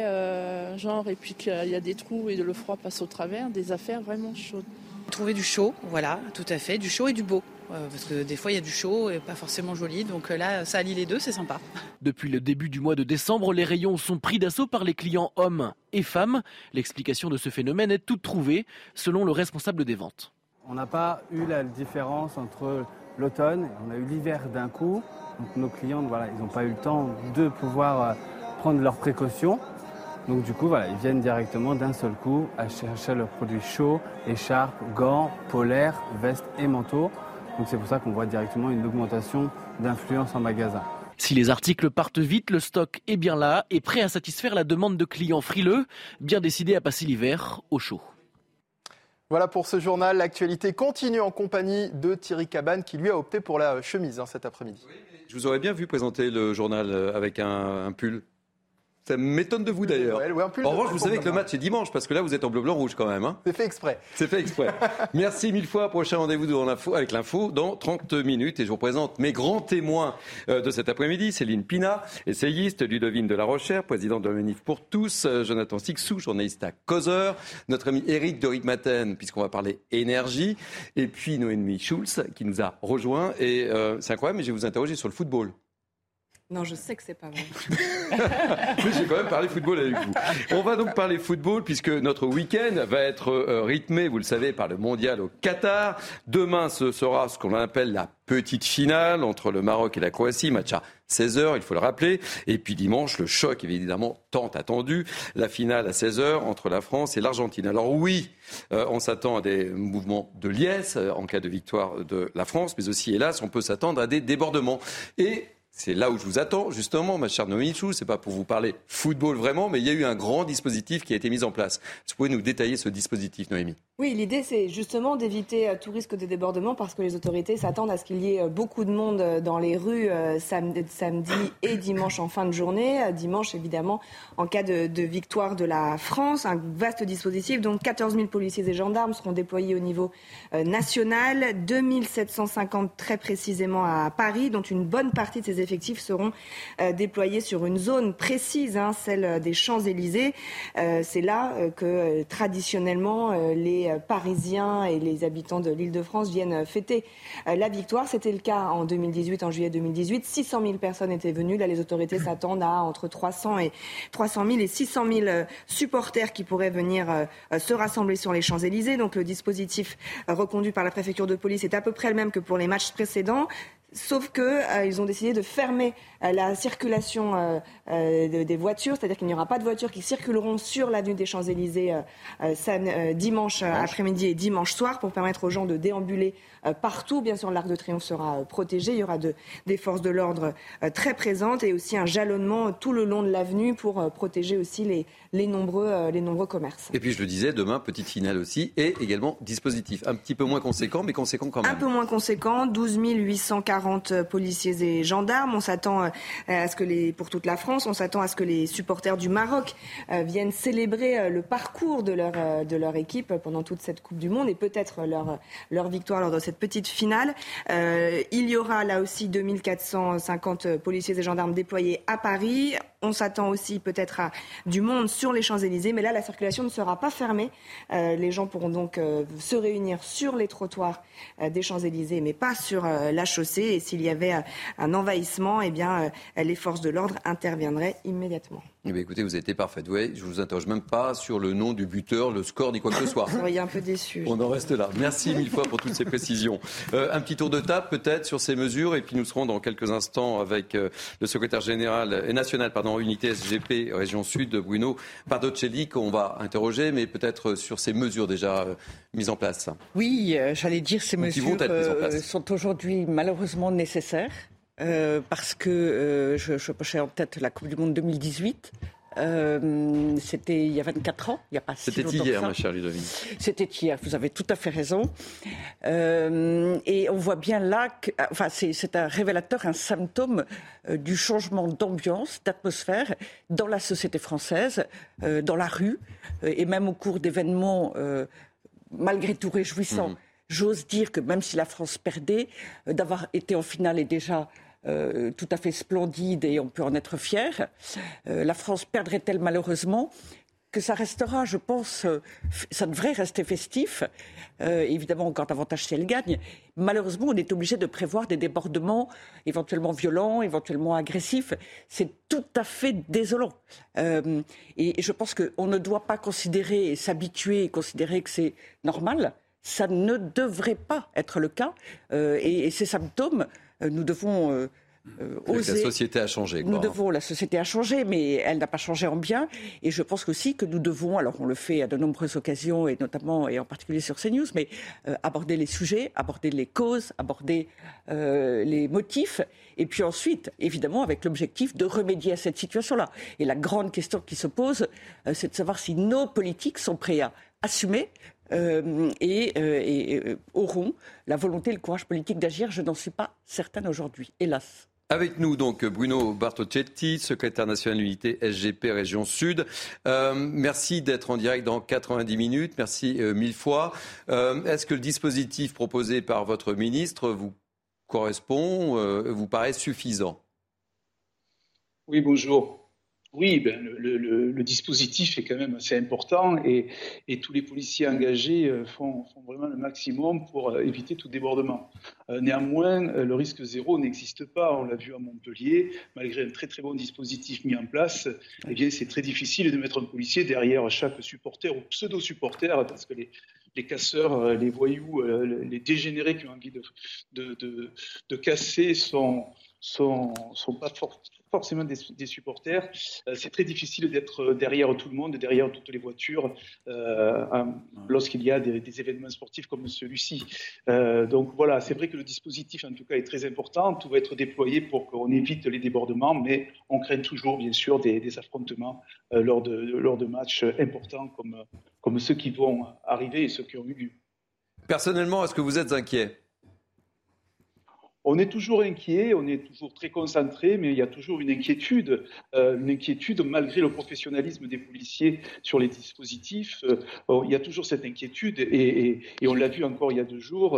et puis qu'il y a des trous et le froid passe au travers, des affaires vraiment chaudes. Trouver du chaud, voilà, tout à fait, du chaud et du beau. Parce que des fois, il y a du chaud et pas forcément joli. Donc là, ça allie les deux, c'est sympa. Depuis le début du mois de décembre, les rayons sont pris d'assaut par les clients hommes et femmes. L'explication de ce phénomène est toute trouvée, selon le responsable des ventes. On n'a pas eu la différence entre l'automne, on a eu l'hiver d'un coup. Donc nos clients, ils n'ont pas eu le temps de pouvoir prendre leurs précautions. Donc du coup, ils viennent directement d'un seul coup à chercher leurs produits chauds, écharpes, gants, polaires, vestes et manteaux. Donc c'est pour ça qu'on voit directement une augmentation d'influence en magasin. Si les articles partent vite, le stock est bien là et prêt à satisfaire la demande de clients frileux, bien décidés à passer l'hiver au chaud. Voilà pour ce journal. L'actualité continue en compagnie de Thierry Cabane qui lui a opté pour la chemise cet après-midi. Je vous aurais bien vu présenter le journal avec un pull. Ça m'étonne de vous d'ailleurs. En revanche, vous savez que le match est dimanche parce que là, vous êtes en bleu, blanc, rouge quand même. Hein. C'est fait exprès. C'est fait exprès. Merci mille fois. Prochain rendez-vous dans l'info, avec l'info dans 30 minutes. Et je vous présente mes grands témoins de cet après-midi. Céline Pina, essayiste, Ludovine de la Rochère, présidente de l'ONIF pour tous, Jonathan Sixou, journaliste à Causeur, notre ami Éric de Ritmaten, puisqu'on va parler énergie, et puis Noémie Schulz qui nous a rejoints. Et c'est incroyable, mais je vais vous interroger sur le football. Non, je sais que c'est pas vrai. Mais j'ai quand même parlé football avec vous. On va donc parler football puisque notre week-end va être rythmé, vous le savez, par le mondial au Qatar. Demain, ce sera ce qu'on appelle la petite finale entre le Maroc et la Croatie, match à 16h, il faut le rappeler. Et puis dimanche, le choc évidemment tant attendu, la finale à 16h entre la France et l'Argentine. Alors oui, on s'attend à des mouvements de liesse en cas de victoire de la France, mais aussi, hélas, on peut s'attendre à des débordements. Et c'est là où je vous attends, justement, ma chère Noémie Schulz. C'est pas pour vous parler football vraiment, mais il y a eu un grand dispositif qui a été mis en place. Vous pouvez nous détailler ce dispositif, Noémie ? Oui, l'idée, c'est justement d'éviter tout risque de débordement parce que les autorités s'attendent à ce qu'il y ait beaucoup de monde dans les rues samedi et dimanche en fin de journée. Dimanche, évidemment, en cas de victoire de la France. Un vaste dispositif. Donc, 14 000 policiers et gendarmes seront déployés au niveau national. 2 750 très précisément à Paris, dont une bonne partie de ces effectifs seront déployés sur une zone précise, celle des Champs-Élysées. C'est là que traditionnellement les Parisiens et les habitants de l'Île-de-France viennent fêter la victoire. C'était le cas en 2018, en juillet 2018. 600 000 personnes étaient venues. Là, les autorités s'attendent à entre 300 000 et 600 000 supporters qui pourraient venir se rassembler sur les Champs-Élysées. Donc le dispositif reconduit par la préfecture de police est à peu près le même que pour les matchs précédents. Sauf qu'ils ont décidé de fermer la circulation des voitures, c'est-à-dire qu'il n'y aura pas de voitures qui circuleront sur l'avenue des Champs-Élysées dimanche après-midi et dimanche soir pour permettre aux gens de déambuler partout. Bien sûr, l'Arc de Triomphe sera protégé. Il y aura des forces de l'ordre très présentes et aussi un jalonnement tout le long de l'avenue pour protéger aussi les nombreux commerces. Et puis, je le disais, demain, petite finale aussi et également dispositif. Un petit peu moins conséquent, mais conséquent quand même. Un peu moins conséquent, 12 840 policiers et gendarmes. On s'attend à ce que pour toute la France, on s'attend à ce que les supporters du Maroc viennent célébrer le parcours de leur équipe pendant toute cette Coupe du Monde et peut-être leur victoire lors de cette petite finale. Il y aura là aussi 2450 policiers et gendarmes déployés à Paris. On s'attend aussi peut-être à du monde sur les Champs-Élysées, mais là la circulation ne sera pas fermée. Les gens pourront donc se réunir sur les trottoirs des Champs-Élysées, mais pas sur la chaussée. Et s'il y avait un envahissement, eh bien, les forces de l'ordre interviendraient immédiatement. Eh bien, écoutez, vous avez été parfaite. Ouais, je ne vous interroge même pas sur le nom du buteur, le score, ni quoi que ce soit. Vous seriez un peu déçu. On en reste là. Merci mille fois pour toutes ces précisions. Un petit tour de table peut-être sur ces mesures et puis nous serons dans quelques instants avec le secrétaire général national, unité SGP région Sud, Bruno Pardocelli, qu'on va interroger, mais peut-être sur ces mesures déjà mises en place. Oui, j'allais dire ces mesures sont aujourd'hui malheureusement nécessaires. Parce que j'ai en tête la Coupe du Monde 2018, C'était il y a 24 ans, il n'y a pas si longtemps que ça. C'était hier, ma chère Ludovine. C'était hier, vous avez tout à fait raison. Et on voit bien là que c'est un révélateur, un symptôme du changement d'ambiance, d'atmosphère dans la société française, dans la rue, et même au cours d'événements malgré tout réjouissants. J'ose dire que même si la France perdait, d'avoir été en finale est déjà tout à fait splendide et on peut en être fier. La France perdrait-elle malheureusement que ça restera, je pense, ça devrait rester festif, évidemment encore davantage si elle gagne. Malheureusement, on est obligé de prévoir des débordements éventuellement violents, éventuellement agressifs. C'est tout à fait désolant. Et je pense qu'on ne doit pas considérer et s'habituer et considérer que c'est normal. Ça ne devrait pas être le cas. Et ces symptômes, nous devons... La société a changé. La société a changé, mais elle n'a pas changé en bien. Et je pense aussi que nous devons, alors on le fait à de nombreuses occasions, et notamment et en particulier sur CNews, mais aborder les sujets, aborder les causes, aborder les motifs, et puis ensuite, évidemment, avec l'objectif de remédier à cette situation-là. Et la grande question qui se pose, c'est de savoir si nos politiques sont prêts à assumer et auront la volonté et le courage politique d'agir. Je n'en suis pas certaine aujourd'hui, hélas. Avec nous, donc, Bruno Bartocchetti, secrétaire national de l'unité SGP Région Sud. Merci d'être en direct dans 90 minutes. Merci 1000 fois. Est-ce que le dispositif proposé par votre ministre vous correspond, vous paraît suffisant ? Oui, bonjour. Oui, le dispositif est quand même assez important et tous les policiers engagés font vraiment le maximum pour éviter tout débordement. Néanmoins, le risque zéro n'existe pas. On l'a vu à Montpellier, malgré un très très bon dispositif mis en place. Eh bien, c'est très difficile de mettre un policier derrière chaque supporter ou pseudo-supporter parce que les casseurs, les voyous, les dégénérés qui ont envie de casser sont pas forcément des supporters. C'est très difficile d'être derrière tout le monde, derrière toutes les voitures, lorsqu'il y a des événements sportifs comme celui-ci. Donc voilà, c'est vrai que le dispositif en tout cas est très important. Tout va être déployé pour qu'on évite les débordements, mais on craint toujours bien sûr des affrontements lors de matchs importants comme ceux qui vont arriver et ceux qui ont eu lieu. Personnellement, est-ce que vous êtes inquiet ? On est toujours inquiet, on est toujours très concentré, mais il y a toujours une inquiétude malgré le professionnalisme des policiers sur les dispositifs. Il y a toujours cette inquiétude et on l'a vu encore il y a 2 jours.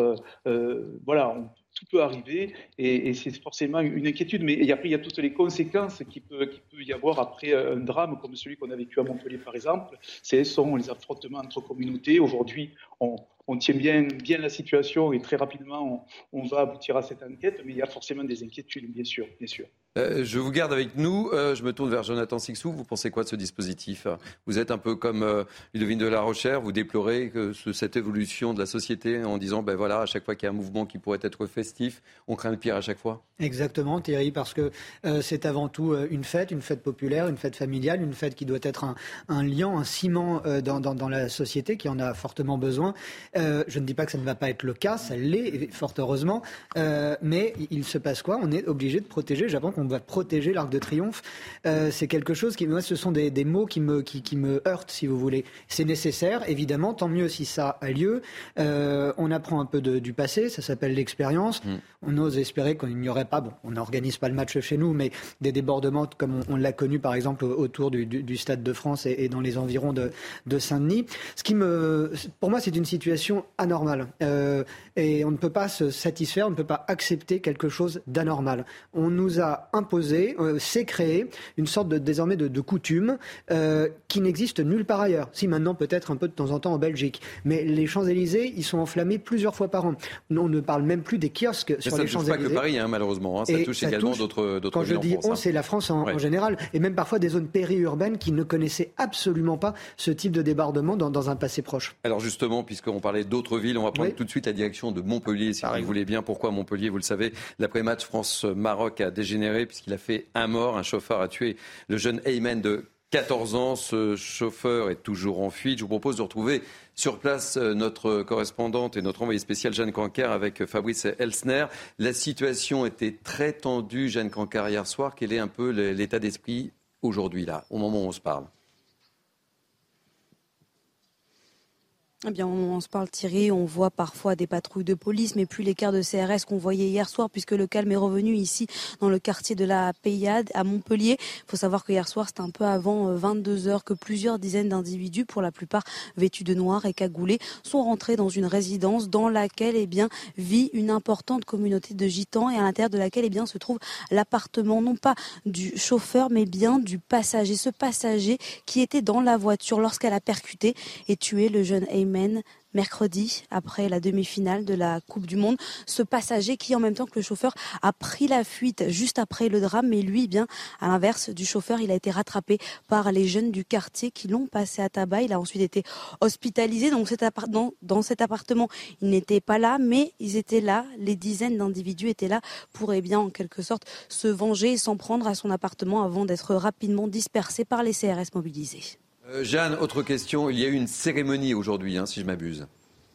Tout peut arriver et c'est forcément une inquiétude. Mais après, il y a toutes les conséquences qu'il peut y avoir après un drame comme celui qu'on a vécu à Montpellier, par exemple. Ce sont les affrontements entre communautés. Aujourd'hui, on tient bien la situation et très rapidement, on va aboutir à cette enquête. Mais il y a forcément des inquiétudes, bien sûr. Je vous garde avec nous. Je me tourne vers Jonathan Sixou. Vous pensez quoi de ce dispositif ? Vous êtes un peu comme Ludovine de la Rochère. Vous déplorez cette évolution de la société en disant, à chaque fois qu'il y a un mouvement qui pourrait être festif, on craint le pire à chaque fois ? Exactement, Thierry, parce que c'est avant tout une fête populaire, une fête familiale, une fête qui doit être un liant, un ciment dans la société qui en a fortement besoin. Je ne dis pas que ça ne va pas être le cas, ça l'est, fort heureusement, mais il se passe quoi ? On est obligé de protéger, j'apprends qu'on va protéger l'Arc de Triomphe. C'est quelque chose qui, moi, ce sont des mots qui me heurtent, si vous voulez. C'est nécessaire, évidemment, tant mieux si ça a lieu. On apprend un peu du passé, ça s'appelle l'expérience. On ose espérer qu'il n'y aurait pas, on n'organise pas le match chez nous, mais des débordements comme on l'a connu par exemple autour du Stade de France et dans les environs de Saint-Denis. Pour moi, c'est une situation anormale et on ne peut pas se satisfaire, on ne peut pas accepter quelque chose d'anormal. On nous a imposé, c'est créé une sorte désormais de coutume qui n'existe nulle part ailleurs. Si maintenant peut-être un peu de temps en temps en Belgique, mais les Champs-Élysées, ils sont enflammés plusieurs fois par an. On ne parle même plus des kiosques sur les Champs-Élysées. Ça ne touche pas que Paris, malheureusement. Ça touche également d'autres Quand villes je dis en France. c'est la France en général, et même parfois des zones périurbaines qui ne connaissaient absolument pas ce type de débordement dans un passé proche. Alors justement, puisqu'on parlait d'autres villes, on va prendre tout de suite la direction de Montpellier, si vous voulez bien. Pourquoi Montpellier ? Vous le savez, l'après-match France-Maroc a dégénéré puisqu'il a fait un mort. Un chauffeur a tué le jeune Ayman de 14 ans. Ce chauffeur est toujours en fuite. Je vous propose de retrouver sur place notre correspondante et notre envoyée spéciale Jeanne Cancard avec Fabrice Elsner. La situation était très tendue, Jeanne Cancard, hier soir. Quel est un peu l'état d'esprit aujourd'hui, là, au moment où on se parle? Eh bien, on se parle, Thierry, on voit parfois des patrouilles de police, mais plus les cars de CRS qu'on voyait hier soir, puisque le calme est revenu ici, dans le quartier de la Pléiade, à Montpellier. Il faut savoir que hier soir, c'était un peu avant 22h, que plusieurs dizaines d'individus, pour la plupart vêtus de noir et cagoulés, sont rentrés dans une résidence dans laquelle vit une importante communauté de gitans et à l'intérieur de laquelle se trouve l'appartement, non pas du chauffeur, mais bien du passager. Ce passager qui était dans la voiture lorsqu'elle a percuté et tué le jeune Ayman mercredi, après la demi-finale de la Coupe du Monde. Ce passager qui, en même temps que le chauffeur, a pris la fuite juste après le drame. Mais lui, à l'inverse du chauffeur, il a été rattrapé par les jeunes du quartier qui l'ont passé à tabac. Il a ensuite été hospitalisé. Donc dans cet appartement, ils n'étaient pas là, mais ils étaient là. Les dizaines d'individus étaient là pour, en quelque sorte, se venger et s'en prendre à son appartement avant d'être rapidement dispersés par les CRS mobilisés. Jeanne, autre question. Il y a eu une cérémonie aujourd'hui, si je m'abuse.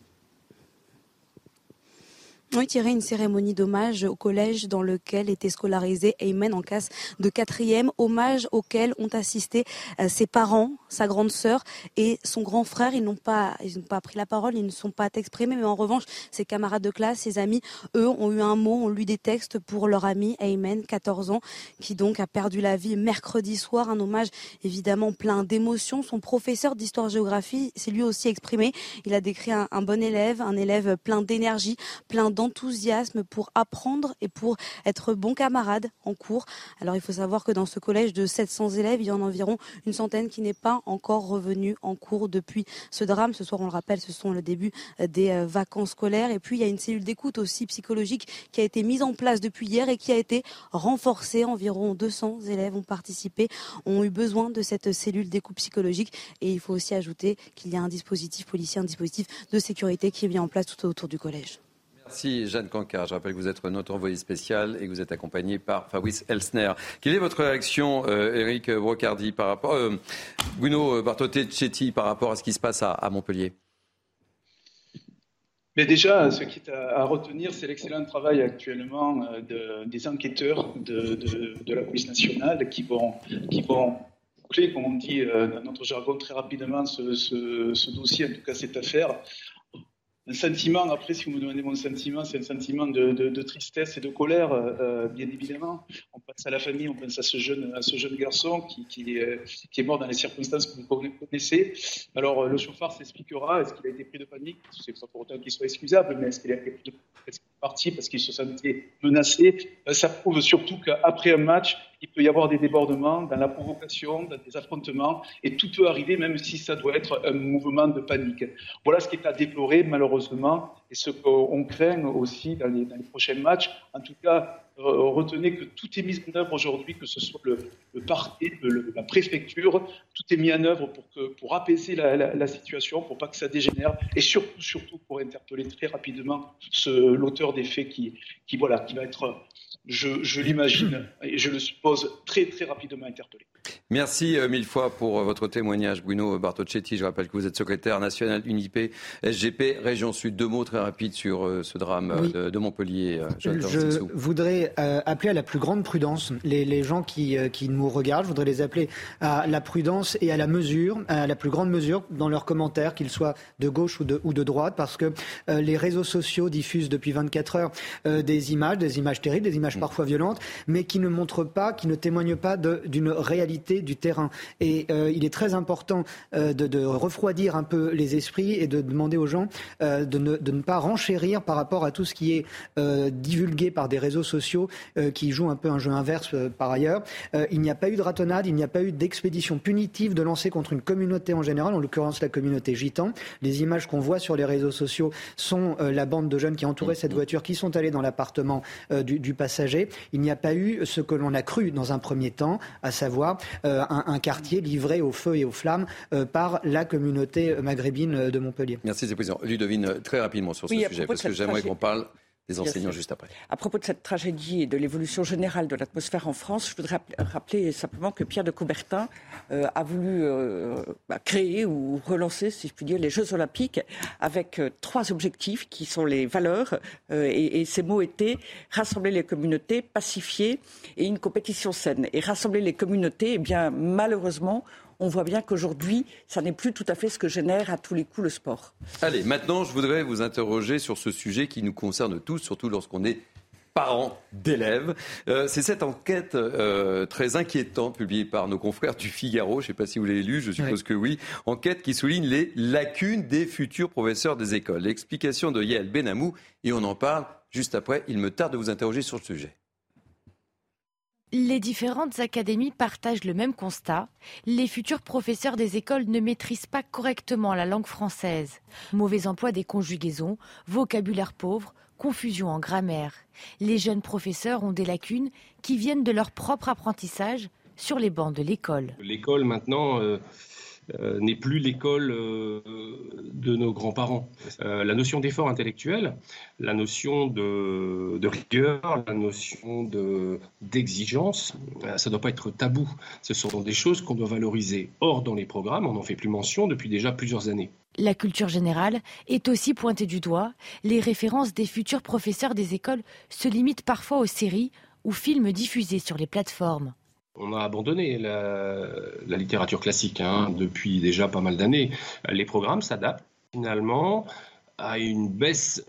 Oui, Thierry, une cérémonie d'hommage au collège dans lequel était scolarisé Ayman en classe de 4e. Hommage auquel ont assisté ses parents, sa grande sœur et son grand frère. Ils n'ont pas pris la parole, ils ne sont pas exprimés. Mais en revanche, ses camarades de classe, ses amis, eux, ont eu un mot, ont lu des textes pour leur ami Ayman, 14 ans, qui donc a perdu la vie mercredi soir. Un hommage évidemment plein d'émotions. Son professeur d'histoire-géographie s'est lui aussi exprimé. Il a décrit un bon élève, un élève plein d'énergie, plein d'enthousiasme pour apprendre et pour être bon camarade en cours. Alors il faut savoir que dans ce collège de 700 élèves, il y en a environ une centaine qui n'est pas encore revenue en cours depuis ce drame. Ce soir, on le rappelle, ce sont le début des vacances scolaires. Et puis il y a une cellule d'écoute aussi psychologique qui a été mise en place depuis hier et qui a été renforcée. Environ 200 élèves ont participé, ont eu besoin de cette cellule d'écoute psychologique. Et il faut aussi ajouter qu'il y a un dispositif policier, un dispositif de sécurité qui est mis en place tout autour du collège. Merci Jeanne Cancard. Je rappelle que vous êtes notre envoyé spécial et que vous êtes accompagné par Fabrice Elsner. Quelle est votre réaction, Éric Brocardi, par rapport Bruno Bartocchetti, par rapport à ce qui se passe à Montpellier? Mais déjà, ce qui est à retenir, c'est l'excellent travail actuellement des enquêteurs de la police nationale qui vont boucler, comme on dit dans notre jargon, très rapidement ce dossier, en tout cas cette affaire. Un sentiment, après, si vous me demandez mon sentiment, c'est un sentiment de tristesse et de colère, bien évidemment. On pense à la famille, on pense à ce jeune garçon qui est mort dans les circonstances que vous connaissez. Alors, le chauffard s'expliquera. Est-ce qu'il a été pris de panique? C'est pas pour autant qu'il soit excusable, mais est-ce qu'il a été pris de panique? Est-ce qu'il est parti parce qu'il se sentait menacé? Ça prouve surtout qu'après un match, il peut y avoir des débordements dans la provocation, dans des affrontements, et tout peut arriver, même si ça doit être un mouvement de panique. Voilà ce qui est à déplorer, malheureusement, et ce qu'on craint aussi dans les prochains matchs. En tout cas, retenez que tout est mis en œuvre aujourd'hui, que ce soit le parquet, la préfecture, tout est mis en œuvre pour apaiser la situation, pour pas que ça dégénère, et surtout pour interpeller très rapidement l'auteur des faits qui va être, je l'imagine, et je le suppose, très très rapidement interpellé. Merci mille fois pour votre témoignage, Bruno Bartocchetti. Je rappelle que vous êtes secrétaire national UNIP SGP Région Sud. 2 mots très rapides sur ce drame de Montpellier. Je voudrais appeler à la plus grande prudence les gens qui nous regardent. Je voudrais les appeler à la prudence et à la mesure, à la plus grande mesure dans leurs commentaires, qu'ils soient de gauche ou de droite, parce que les réseaux sociaux diffusent depuis 24 heures des images terribles, des images parfois violentes, mais qui ne montrent pas, qui ne témoignent pas d'une réalité du terrain. Et il est très important de refroidir un peu les esprits et de demander aux gens de ne pas renchérir par rapport à tout ce qui est divulgué par des réseaux sociaux qui jouent un peu un jeu inverse par ailleurs. Il n'y a pas eu de ratonnade, il n'y a pas eu d'expédition punitive de lancer contre une communauté en général, en l'occurrence la communauté gitan. Les images qu'on voit sur les réseaux sociaux sont la bande de jeunes qui entouraient cette voiture, qui sont allés dans l'appartement du passager. Il n'y a pas eu ce que l'on a cru dans un premier temps, à savoir un quartier livré au feu et aux flammes par la communauté maghrébine de Montpellier. Merci, c'est président. Ludovine, très rapidement sur ce sujet, parce que j'aimerais qu'on parle des enseignants juste après. À propos de cette tragédie et de l'évolution générale de l'atmosphère en France, je voudrais rappeler simplement que Pierre de Coubertin a voulu créer ou relancer, si je puis dire, les Jeux Olympiques avec 3 objectifs qui sont les valeurs. Et ces mots étaient rassembler les communautés, pacifier et une compétition saine. Et rassembler les communautés, eh bien, malheureusement, on voit bien qu'aujourd'hui, ça n'est plus tout à fait ce que génère à tous les coups le sport. Allez, maintenant, je voudrais vous interroger sur ce sujet qui nous concerne tous, surtout lorsqu'on est parents d'élèves. C'est cette enquête très inquiétante publiée par nos confrères du Figaro. Je ne sais pas si vous l'avez lu, je suppose que oui. Enquête qui souligne les lacunes des futurs professeurs des écoles. L'explication de Yael Benamou, et on en parle juste après. Il me tarde de vous interroger sur le sujet. Les différentes académies partagent le même constat. Les futurs professeurs des écoles ne maîtrisent pas correctement la langue française. Mauvais emploi des conjugaisons, vocabulaire pauvre, confusion en grammaire. Les jeunes professeurs ont des lacunes qui viennent de leur propre apprentissage sur les bancs de l'école. L'école maintenant n'est plus l'école de nos grands-parents. La notion d'effort intellectuel, la notion de rigueur, la notion d'exigence, ça ne doit pas être tabou. Ce sont des choses qu'on doit valoriser. Or, dans les programmes, on n'en fait plus mention depuis déjà plusieurs années. La culture générale est aussi pointée du doigt. Les références des futurs professeurs des écoles se limitent parfois aux séries ou films diffusés sur les plateformes. On a abandonné la littérature classique depuis déjà pas mal d'années. Les programmes s'adaptent finalement à une baisse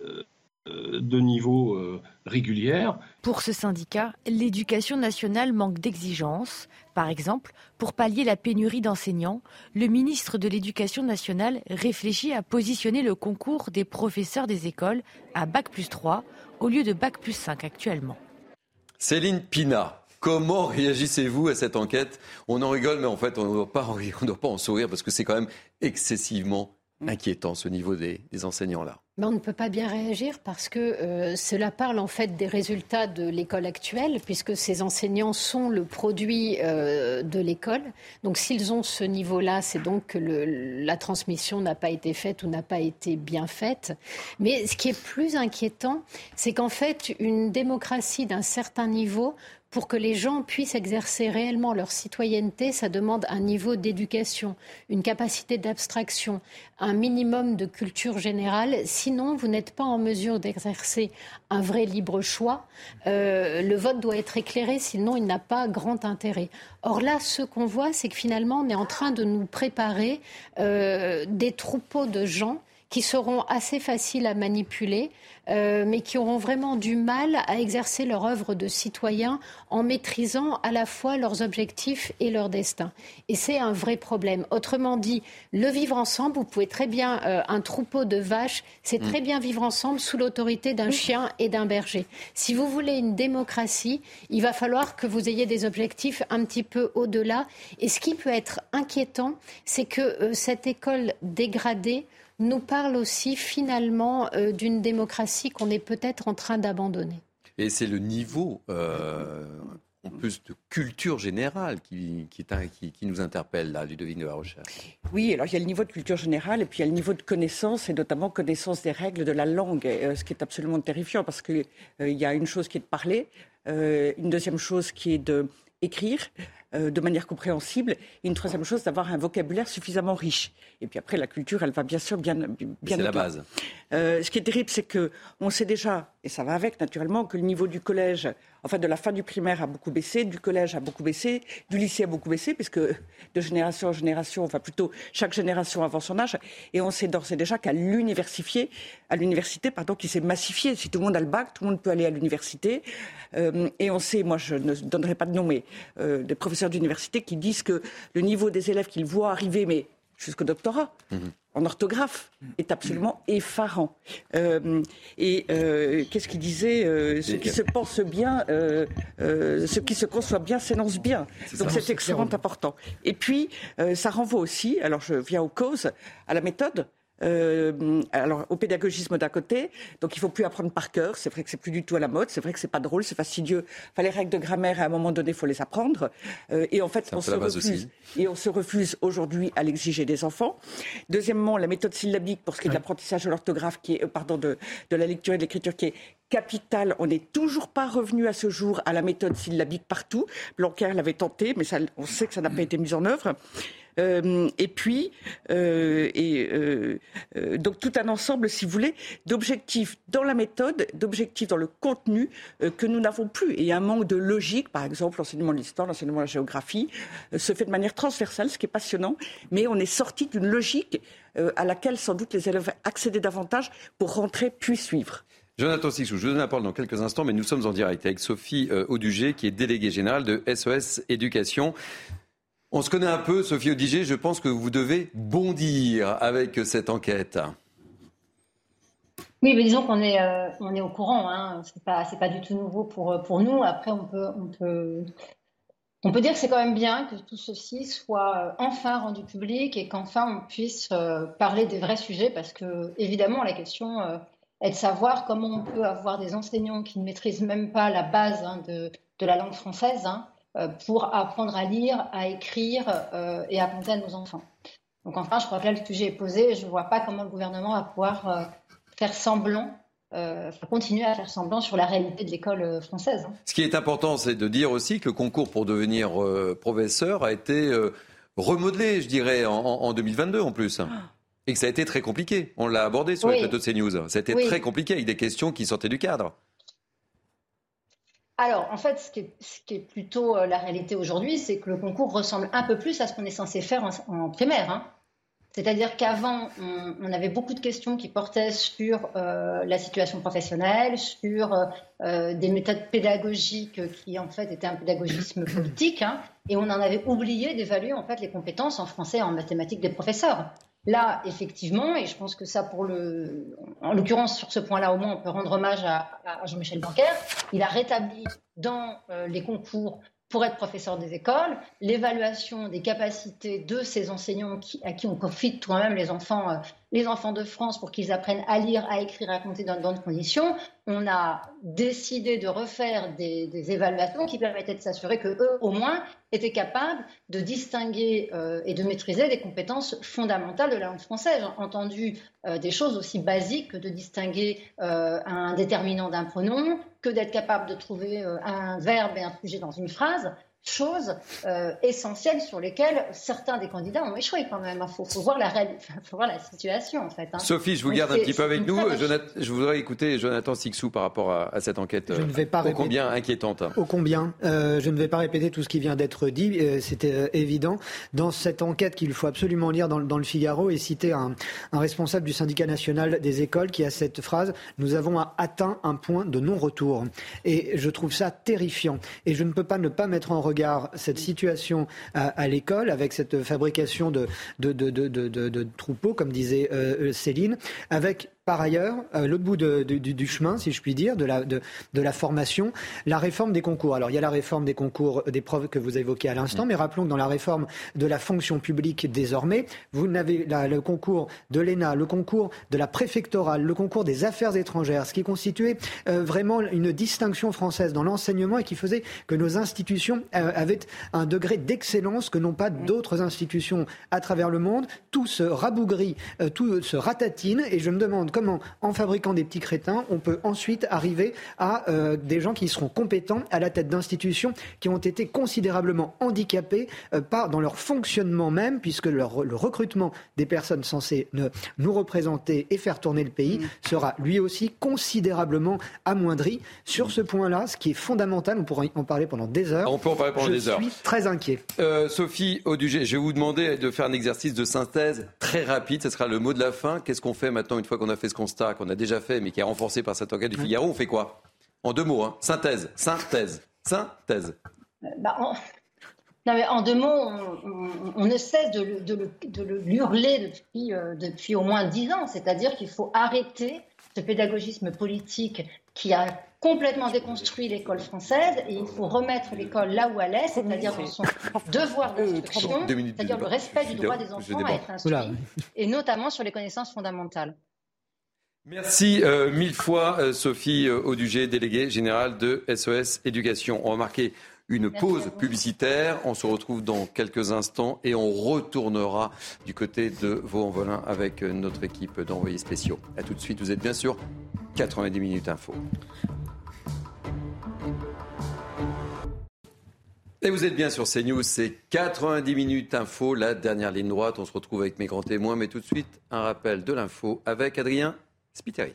de niveau régulière. Pour ce syndicat, l'éducation nationale manque d'exigences. Par exemple, pour pallier la pénurie d'enseignants, le ministre de l'Éducation nationale réfléchit à positionner le concours des professeurs des écoles à Bac+3 au lieu de Bac+5 actuellement. Céline Pina. Comment réagissez-vous à cette enquête ? On en rigole, mais en fait, on ne doit pas en sourire parce que c'est quand même excessivement inquiétant, ce niveau des enseignants-là. Mais on ne peut pas bien réagir parce que cela parle en fait des résultats de l'école actuelle, puisque ces enseignants sont le produit de l'école. Donc s'ils ont ce niveau-là, c'est donc que la transmission n'a pas été faite ou n'a pas été bien faite. Mais ce qui est plus inquiétant, c'est qu'en fait, une démocratie d'un certain niveau, pour que les gens puissent exercer réellement leur citoyenneté, ça demande un niveau d'éducation, une capacité d'abstraction, un minimum de culture générale. Sinon, vous n'êtes pas en mesure d'exercer un vrai libre choix. Le vote doit être éclairé, sinon il n'a pas grand intérêt. Or là, ce qu'on voit, c'est que finalement, on est en train de nous préparer des troupeaux de gens qui seront assez faciles à manipuler, mais qui auront vraiment du mal à exercer leur œuvre de citoyen en maîtrisant à la fois leurs objectifs et leur destin. Et c'est un vrai problème. Autrement dit, le vivre ensemble, vous pouvez très bien, un troupeau de vaches, c'est très bien vivre ensemble sous l'autorité d'un chien et d'un berger. Si vous voulez une démocratie, il va falloir que vous ayez des objectifs un petit peu au-delà. Et ce qui peut être inquiétant, c'est que cette école dégradée nous parle aussi finalement d'une démocratie qu'on est peut-être en train d'abandonner. Et c'est le niveau, en plus de culture générale, qui nous interpelle, là, Ludovine de la Rochère. Oui, alors il y a le niveau de culture générale et puis il y a le niveau de connaissance, et notamment connaissance des règles de la langue, ce qui est absolument terrifiant, parce qu'il y a une chose qui est de parler, une deuxième chose qui est d'écrire de manière compréhensible, et une troisième chose, d'avoir un vocabulaire suffisamment riche. Et puis après, la culture, elle va bien sûr bien c'est la base. Ce qui est terrible, c'est qu'on sait déjà, et ça va avec naturellement, que le niveau du collège, enfin de la fin du primaire a beaucoup baissé, du collège a beaucoup baissé, du lycée a beaucoup baissé, puisque de génération en génération, enfin plutôt chaque génération avance son âge, et on sait d'ores et déjà qu'à l'université, qui s'est massifiée. Si tout le monde a le bac, tout le monde peut aller à l'université. Et on sait, moi je ne donnerai pas de nom, mais des professeurs d'université qui disent que le niveau des élèves qu'ils voient arriver, mais jusqu'au doctorat, en orthographe, est absolument effarant. Qu'est-ce qu'il disait ce qui se pense bien, ce qui se conçoit bien s'énonce bien. Donc c'est extrêmement important. Et puis, ça renvoie aussi, alors je viens aux causes, à la méthode. alors au pédagogisme d'un côté, donc il faut plus apprendre par cœur. C'est vrai que c'est plus du tout à la mode. C'est vrai que c'est pas drôle, c'est fastidieux. Enfin, les règles de grammaire, à un moment donné, il faut les apprendre. Et en fait, on se refuse aujourd'hui à l'exiger des enfants. Deuxièmement, la méthode syllabique pour ce qui est de l'apprentissage de l'orthographe, de la lecture et de l'écriture, qui est capitale. On n'est toujours pas revenu à ce jour à la méthode syllabique partout. Blanquer l'avait tenté, mais on sait que ça n'a pas été mis en œuvre. Donc tout un ensemble, si vous voulez, d'objectifs dans la méthode, d'objectifs dans le contenu que nous n'avons plus. Et il y a un manque de logique, par exemple, l'enseignement de l'histoire, l'enseignement de la géographie, se fait de manière transversale, ce qui est passionnant, mais on est sorti d'une logique à laquelle sans doute les élèves accédaient davantage pour rentrer puis suivre. Jonathan Sixou, je vous donne la parole dans quelques instants, mais nous sommes en direct avec Sophie Audugé, qui est déléguée générale de SOS Éducation. On se connaît un peu, Sophie Audugé, je pense que vous devez bondir avec cette enquête. Oui, mais disons qu'on est au courant, hein. C'est pas du tout nouveau pour nous. Après, on peut dire que c'est quand même bien que tout ceci soit enfin rendu public et qu'enfin on puisse parler des vrais sujets, parce que évidemment la question est de savoir comment on peut avoir des enseignants qui ne maîtrisent même pas la base de la langue française, pour apprendre à lire, à écrire et à compter à nos enfants. Donc enfin, je crois que là, le sujet est posé et je ne vois pas comment le gouvernement va pouvoir faire semblant, continuer à faire semblant sur la réalité de l'école française. Ce qui est important, c'est de dire aussi que le concours pour devenir professeur a été remodelé, je dirais, en 2022 en plus. Et que ça a été très compliqué. On l'a abordé sur les plateaux de CNews. Ça a été très compliqué avec des questions qui sortaient du cadre. Alors, en fait, ce qui est plutôt la réalité aujourd'hui, c'est que le concours ressemble un peu plus à ce qu'on est censé faire en primaire. C'est-à-dire qu'avant, on avait beaucoup de questions qui portaient sur la situation professionnelle, sur des méthodes pédagogiques qui, en fait, étaient un pédagogisme politique, et on en avait oublié d'évaluer, en fait, les compétences en français et en mathématiques des professeurs. Là, effectivement, et je pense que ça, en l'occurrence, sur ce point-là, au moins, on peut rendre hommage à Jean-Michel Blanquer. Il a rétabli dans les concours pour être professeur des écoles l'évaluation des capacités de ces enseignants à qui on confie tout de même les enfants de France pour qu'ils apprennent à lire, à écrire, à compter dans de bonnes conditions. On a décidé de refaire des évaluations qui permettaient de s'assurer qu'eux, au moins, étaient capables de distinguer et de maîtriser des compétences fondamentales de la langue française. J'ai entendu des choses aussi basiques que de distinguer un déterminant d'un pronom, que d'être capable de trouver un verbe et un sujet dans une phrase. Choses essentielles sur lesquelles certains des candidats ont échoué quand même. Faut voir la situation en fait. Sophie, je vous garde un petit peu avec nous. Je voudrais écouter Jonathan Sixou par rapport à cette enquête ô combien inquiétante. Ô combien. Je ne vais pas répéter tout ce qui vient d'être dit. C'était évident. Dans cette enquête qu'il faut absolument lire dans le Figaro et citer un responsable du syndicat national des écoles qui a cette phrase « Nous avons atteint un point de non-retour ». Et je trouve ça terrifiant. Et je ne peux pas ne pas mettre en regard cette situation à l'école avec cette fabrication de troupeaux, comme disait Céline, avec par ailleurs, l'autre bout du chemin, si je puis dire, de la formation, la réforme des concours. Alors, il y a la réforme des concours d'épreuves que vous évoquez à l'instant, mais rappelons que dans la réforme de la fonction publique désormais, vous n'avez le concours de l'ENA, le concours de la préfectorale, le concours des affaires étrangères, ce qui constituait vraiment une distinction française dans l'enseignement et qui faisait que nos institutions avaient un degré d'excellence que n'ont pas d'autres institutions à travers le monde. Tout se rabougrit, tout se ratatine, et je me demande comment, en fabriquant des petits crétins, on peut ensuite arriver à des gens qui seront compétents à la tête d'institutions qui ont été considérablement handicapées dans leur fonctionnement même, puisque le recrutement des personnes censées nous représenter et faire tourner le pays sera lui aussi considérablement amoindri. Sur ce point-là, ce qui est fondamental, on pourrait en parler pendant des heures. On peut en parler pendant des heures. Je suis très inquiet. Sophie Audugé, je vais vous demander de faire un exercice de synthèse très rapide. Ce sera le mot de la fin. Qu'est-ce qu'on fait maintenant une fois qu'on a fait ce constat qu'on a déjà fait, mais qui est renforcé par cette enquête du Figaro? On fait quoi? En deux mots, synthèse. Non, mais en deux mots, on ne cesse de l'hurler depuis au moins 10 ans. C'est-à-dire qu'il faut arrêter ce pédagogisme politique qui a complètement déconstruit l'école française et il faut remettre l'école là où elle est, c'est-à-dire dans son devoir d'instruction, c'est-à-dire le respect du droit des enfants à être instruits, et notamment sur les connaissances fondamentales. Merci mille fois Sophie Audugé, déléguée générale de SOS Éducation. On va marquer une pause publicitaire. On se retrouve dans quelques instants et on retournera du côté de Vaux-en-Velin avec notre équipe d'envoyés spéciaux. A tout de suite, vous êtes bien sûr 90 minutes info. Et vous êtes bien sur CNews, c'est 90 minutes info, la dernière ligne droite. On se retrouve avec mes grands témoins, mais tout de suite, un rappel de l'info avec Adrien Spiteri.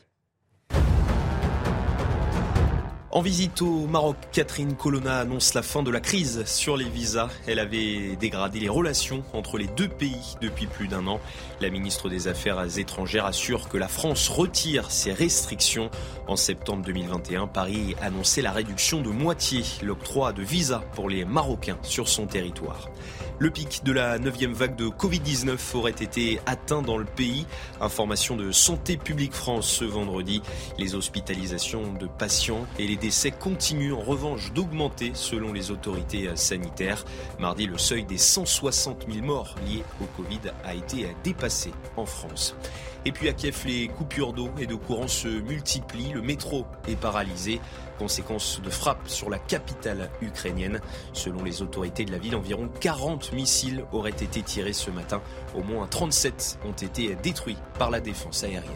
En visite au Maroc, Catherine Colonna annonce la fin de la crise sur les visas. Elle avait dégradé les relations entre les deux pays depuis plus d'1 an. La ministre des Affaires étrangères assure que la France retire ses restrictions. En septembre 2021, Paris annonçait la réduction de moitié l'octroi de visas pour les Marocains sur son territoire. Le pic de la 9e vague de Covid-19 aurait été atteint dans le pays. Information de Santé publique France ce vendredi. Les hospitalisations de patients et les décès continuent en revanche d'augmenter selon les autorités sanitaires. Mardi, le seuil des 160 000 morts liés au Covid a été dépassé en France. Et puis à Kiev, les coupures d'eau et de courant se multiplient. Le métro est paralysé. Conséquence de frappes sur la capitale ukrainienne. Selon les autorités de la ville, environ 40 missiles auraient été tirés ce matin. Au moins 37 ont été détruits par la défense aérienne.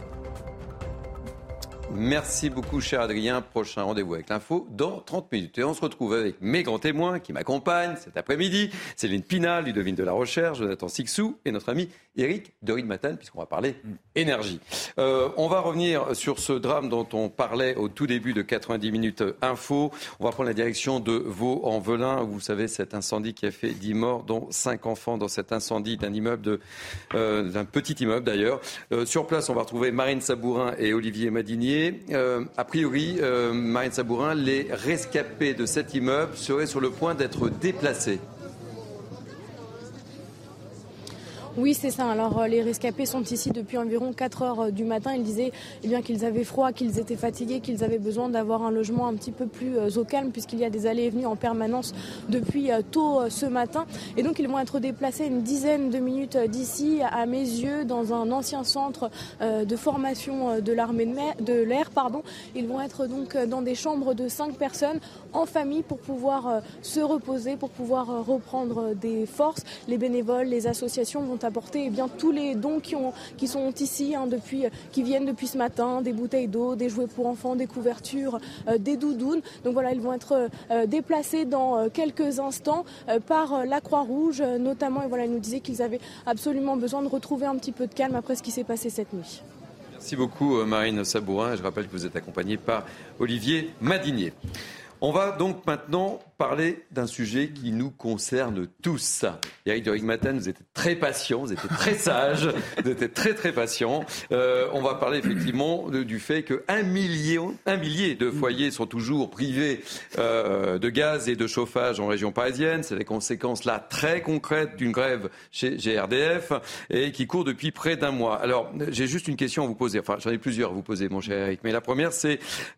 Merci beaucoup, cher Adrien. Prochain rendez-vous avec l'info dans 30 minutes. Et on se retrouve avec mes grands témoins qui m'accompagnent cet après-midi. Céline Pina, Ludovine de la Rochère, Jonathan Sixou et notre ami Éric de Riedmaten, puisqu'on va parler énergie. On va revenir sur ce drame dont on parlait au tout début de 90 minutes info. On va prendre la direction de Vaux-en-Velin. Vous savez, cet incendie qui a fait 10 morts, dont 5 enfants dans cet incendie d'un immeuble, d'un petit immeuble d'ailleurs. Sur place, on va retrouver Marine Sabourin et Olivier Madinier. A priori, Marine Sabourin, les rescapés de cet immeuble seraient sur le point d'être déplacés. Oui, c'est ça. Alors, les rescapés sont ici depuis environ 4 heures du matin. Ils disaient qu'ils avaient froid, qu'ils étaient fatigués, qu'ils avaient besoin d'avoir un logement un petit peu plus au calme puisqu'il y a des allées et venues en permanence depuis tôt ce matin. Et donc, ils vont être déplacés une dizaine de minutes d'ici, à mes yeux, dans un ancien centre de formation de l'armée de l'air. Ils vont être donc dans des chambres de 5 personnes en famille pour pouvoir se reposer, pour pouvoir reprendre des forces. Les bénévoles, les associations vont apporter tous les dons qui sont ici, qui viennent depuis ce matin, des bouteilles d'eau, des jouets pour enfants, des couvertures, des doudounes. Donc voilà, ils vont être déplacés dans quelques instants par la Croix-Rouge notamment. Et voilà, ils nous disaient qu'ils avaient absolument besoin de retrouver un petit peu de calme après ce qui s'est passé cette nuit. Merci beaucoup Marine Sabourin. Je rappelle que vous êtes accompagnée par Olivier Madinier. On va donc maintenant parler d'un sujet qui nous concerne tous. Éric de Riedmaten, vous étiez très patient, vous étiez très sage, vous étiez très très patient. On va parler effectivement du fait qu'un millier de foyers sont toujours privés de gaz et de chauffage en région parisienne. C'est les conséquences là très concrètes d'une grève chez GRDF et qui court depuis près d'1 mois. Alors j'ai juste une question à vous poser, enfin j'en ai plusieurs à vous poser mon cher Éric, mais la première c'est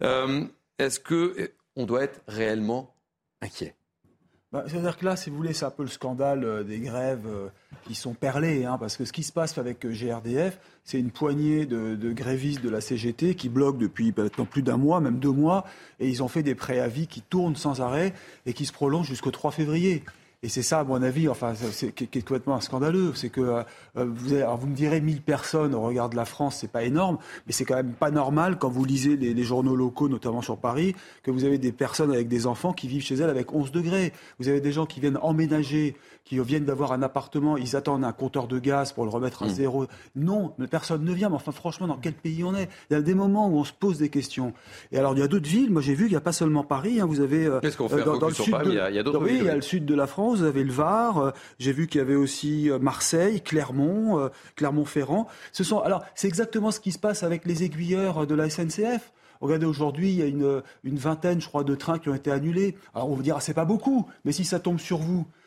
est-ce que on doit être réellement inquiet? C'est-à-dire que là, si vous voulez, c'est un peu le scandale des grèves qui sont perlées, parce que ce qui se passe avec GRDF, c'est une poignée de grévistes de la CGT qui bloquent depuis maintenant plus d'1 mois, même 2 mois, et ils ont fait des préavis qui tournent sans arrêt et qui se prolongent jusqu'au 3 février. Et c'est ça, à mon avis, qui est complètement scandaleux. C'est que vous me direz 1000 personnes au regard de la France, c'est pas énorme, mais c'est quand même pas normal quand vous lisez les journaux locaux, notamment sur Paris, que vous avez des personnes avec des enfants qui vivent chez elles avec 11 degrés. Vous avez des gens qui viennent emménager, qui viennent d'avoir un appartement, ils attendent un compteur de gaz pour le remettre à zéro. Non, personne ne vient. Mais enfin, franchement, dans quel pays on est? Il y a des moments où on se pose des questions. Et alors, il y a d'autres villes. Moi, j'ai vu qu'il n'y a pas seulement Paris. Vous avez qu'est-ce qu'on fait dans le sud Paris, il y a d'autres villes. Oui, il y a le sud de la France. Vous avez le Var, j'ai vu qu'il y avait aussi Marseille, Clermont, Clermont-Ferrand. Alors, c'est exactement ce qui se passe avec les aiguilleurs de la SNCF. Regardez, aujourd'hui, il y a une vingtaine, je crois, de trains qui ont été annulés. Alors, on vous dira, c'est pas beaucoup, mais si ça tombe sur vous,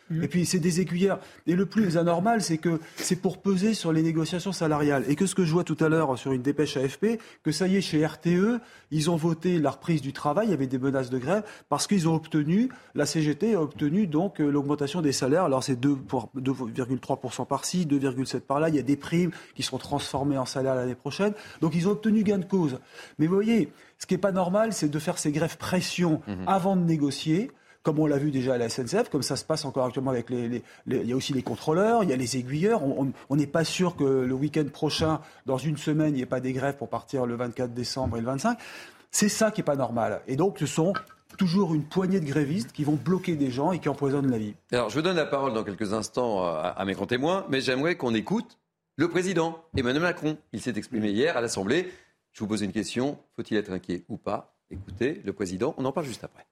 Et puis c'est des aiguilleurs. Et le plus anormal, c'est que c'est pour peser sur les négociations salariales. Et que ce que je vois tout à l'heure sur une dépêche AFP, que ça y est, chez RTE, ils ont voté la reprise du travail, il y avait des menaces de grève, parce qu'ils ont obtenu, la CGT a obtenu donc l'augmentation des salaires. Alors c'est 2,3% par-ci, 2,7% par-là. Il y a des primes qui seront transformées en salaire l'année prochaine. Donc ils ont obtenu gain de cause. Mais vous voyez, ce qui n'est pas normal, c'est de faire ces grèves pression avant de négocier. Comme on l'a vu déjà à la SNCF, comme ça se passe encore actuellement avec il y a aussi les contrôleurs, il y a les aiguilleurs. On n'est pas sûr que le week-end prochain, dans une semaine, il n'y ait pas des grèves pour partir le 24 décembre et le 25. C'est ça qui n'est pas normal. Et donc, ce sont toujours une poignée de grévistes qui vont bloquer des gens et qui empoisonnent la vie. Alors, je vous donne la parole dans quelques instants à mes grands témoins, mais j'aimerais qu'on écoute le président Emmanuel Macron. Il s'est exprimé hier à l'Assemblée. Je vous pose une question. Faut-il être inquiet ou pas? Écoutez, le président, on en parle juste après.